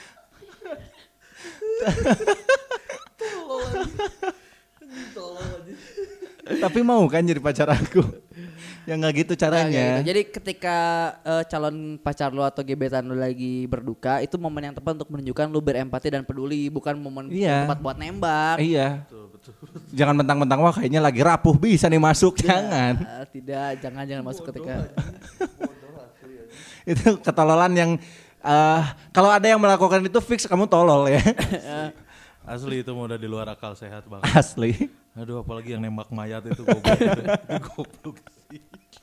Tapi mau kan jadi pacar aku? Ya nggak gitu caranya. Gitu. Jadi ketika calon pacar lo atau gebetan lo lagi berduka, itu momen yang tepat untuk menunjukkan lo berempati dan peduli, bukan momen yang tepat buat nembak. Iya. Betul. Jangan mentang-mentang wah kayaknya lagi rapuh bisa nih masuk, jangan. Jangan masuk ketika. Itu ketololan yang kalau ada yang melakukan itu fix kamu tolol ya. Asli itu udah di luar akal sehat banget. Asli. Aduh apalagi yang nembak mayat itu goblok sih.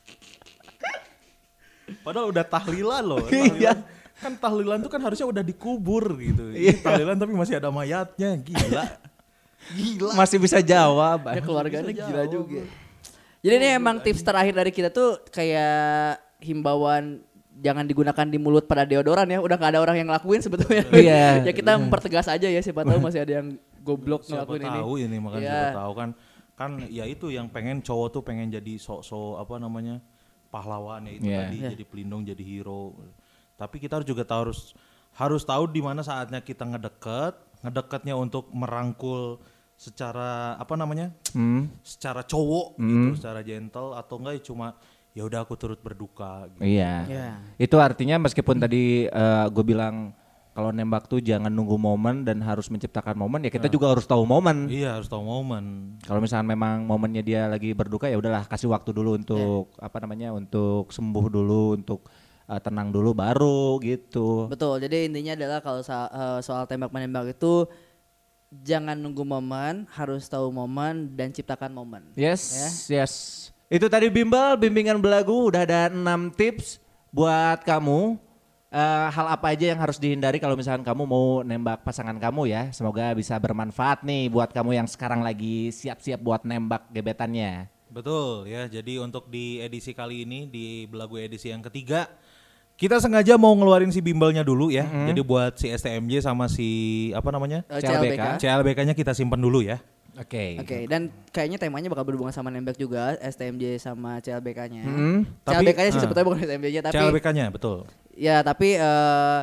Padahal udah tahlilan loh. Iya. Kan tahlilan tuh kan harusnya udah dikubur gitu. Ini tahlilan tapi masih ada mayatnya, gila. Masih bisa jawab. Ya keluarganya gila juga. Jadi ini emang tips terakhir dari kita tuh kayak himbauan jangan digunakan di mulut pada deodoran ya. Udah gak ada orang yang ngelakuin sebetulnya. Iya. Ya kita mempertegas aja ya, siapa tahu masih ada yang goblok ngelakuin ini. Siapa tahu ini makanya siapa tahu kan ya itu yang pengen cowok tuh pengen jadi sok-sok apa namanya pahlawan ya itu tadi jadi pelindung jadi hero. Tapi kita juga harus tahu di mana saatnya kita ngedekatnya untuk merangkul secara apa namanya secara cowok gitu, secara gentle atau enggak cuma ya udah aku turut berduka gitu. Iya. Itu artinya meskipun tadi gue bilang kalau nembak tuh jangan nunggu momen dan harus menciptakan momen ya kita juga harus tahu momen. Iya, harus tahu momen. Kalau misalnya memang momennya dia lagi berduka ya udahlah kasih waktu dulu untuk apa namanya untuk sembuh dulu, untuk tenang dulu baru gitu. Betul. Jadi intinya adalah kalau soal tembak menembak itu jangan nunggu momen, harus tahu momen dan ciptakan momen. Yes. Itu tadi bimbingan belagu udah ada 6 tips buat kamu. Hal apa aja yang harus dihindari kalau misalkan kamu mau nembak pasangan kamu ya. Semoga bisa bermanfaat nih buat kamu yang sekarang lagi siap-siap buat nembak gebetannya. Betul ya, jadi untuk di edisi kali ini, di belagu edisi yang ketiga, kita sengaja mau ngeluarin si bimbelnya dulu ya. Jadi buat si STMJ sama si apa namanya? CLBK-nya kita simpan dulu ya. Oke, dan kayaknya temanya bakal berhubungan sama nembak juga, STMJ sama CLBK-nya. CLBK-nya sih sebetulnya bukan STMJ-nya tapi CLBK-nya betul. Ya, tapi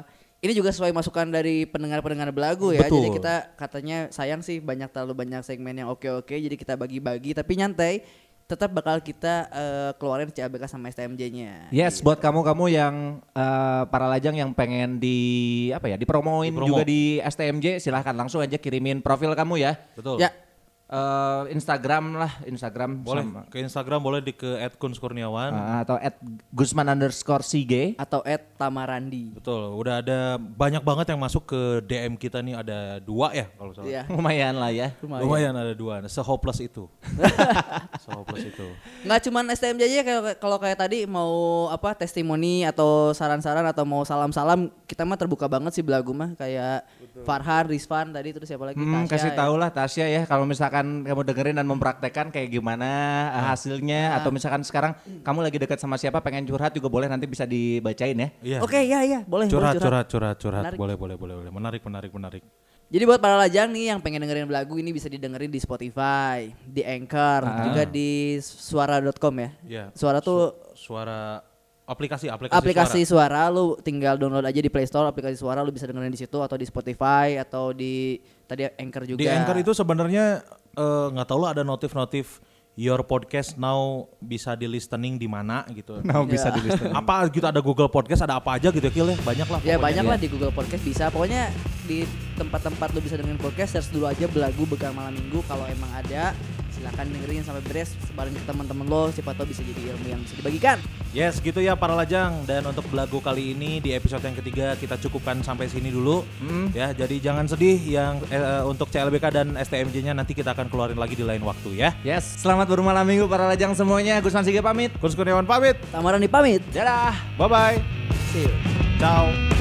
ini juga sesuai masukan dari pendengar-pendengar belagu ya. Betul. Jadi kita katanya sayang sih terlalu banyak segmen yang oke-oke. Jadi kita bagi-bagi tapi nyantai. Tetap bakal kita keluarin CLBK sama STMJ-nya. Yes, buat kamu-kamu yang para lajang yang pengen dipromoin juga di STMJ, silahkan langsung aja kirimin profil kamu ya. Betul. Ya. Instagram boleh sama, ke Instagram boleh ke @kunskurniawan atau @gusman_sige atau @tamarandi. Betul, udah ada banyak banget yang masuk ke DM kita nih, ada 2 ya kalau salah. Iya. Lumayan lah ya. Lumayan ada 2, se-hopeless itu. Nggak cuman STMJ aja, kalau kayak tadi mau testimoni atau saran-saran atau mau salam-salam, kita mah terbuka banget sih belagu mah, kayak Farhan, Rizvan tadi, terus siapa lagi? Tasya, kasih tahu lah Tasya ya, kalau misalkan kamu dengerin dan mempraktekkan kayak gimana hasilnya, atau misalkan sekarang kamu lagi dekat sama siapa pengen curhat juga boleh, nanti bisa dibacain ya. Iya. Oke, ya boleh. Curhat. Menarik. Boleh. Menarik. Jadi buat para lajang nih yang pengen dengerin lagu ini bisa didengerin di Spotify, di Anchor, juga di suara.com ya. Iya. Suara tuh suara aplikasi suara, lu tinggal download aja di Play Store aplikasi suara, lu bisa dengerin di situ atau di Spotify atau di tadi Anchor juga. Di Anchor itu sebenarnya nggak tahu lo ada notif your podcast now bisa di listening di mana gitu. Now bisa di listening. Apa gitu, ada Google Podcast, ada apa aja gitu ya Kil ya, banyak lah. Ya banyak lah di Google Podcast bisa. Pokoknya di tempat-tempat lu bisa dengerin podcast, search dulu aja Belagu Bekal Malam Minggu, kalau emang ada silakan dengerin sampai beres, sebarin ke teman-teman lo, siapa tahu bisa jadi ilmu yang bisa dibagikan. Yes, gitu ya para lajang. Dan untuk Belagu kali ini di episode yang ketiga kita cukupkan sampai sini dulu. Ya, jadi jangan sedih yang untuk CLBK dan STMJ-nya nanti kita akan keluarin lagi di lain waktu ya. Yes, selamat bermalam minggu para lajang semuanya. Gusman Sige pamit. Kunskurniawan pamit. Tamarani pamit. Dadah. Bye bye. See you. Ciao.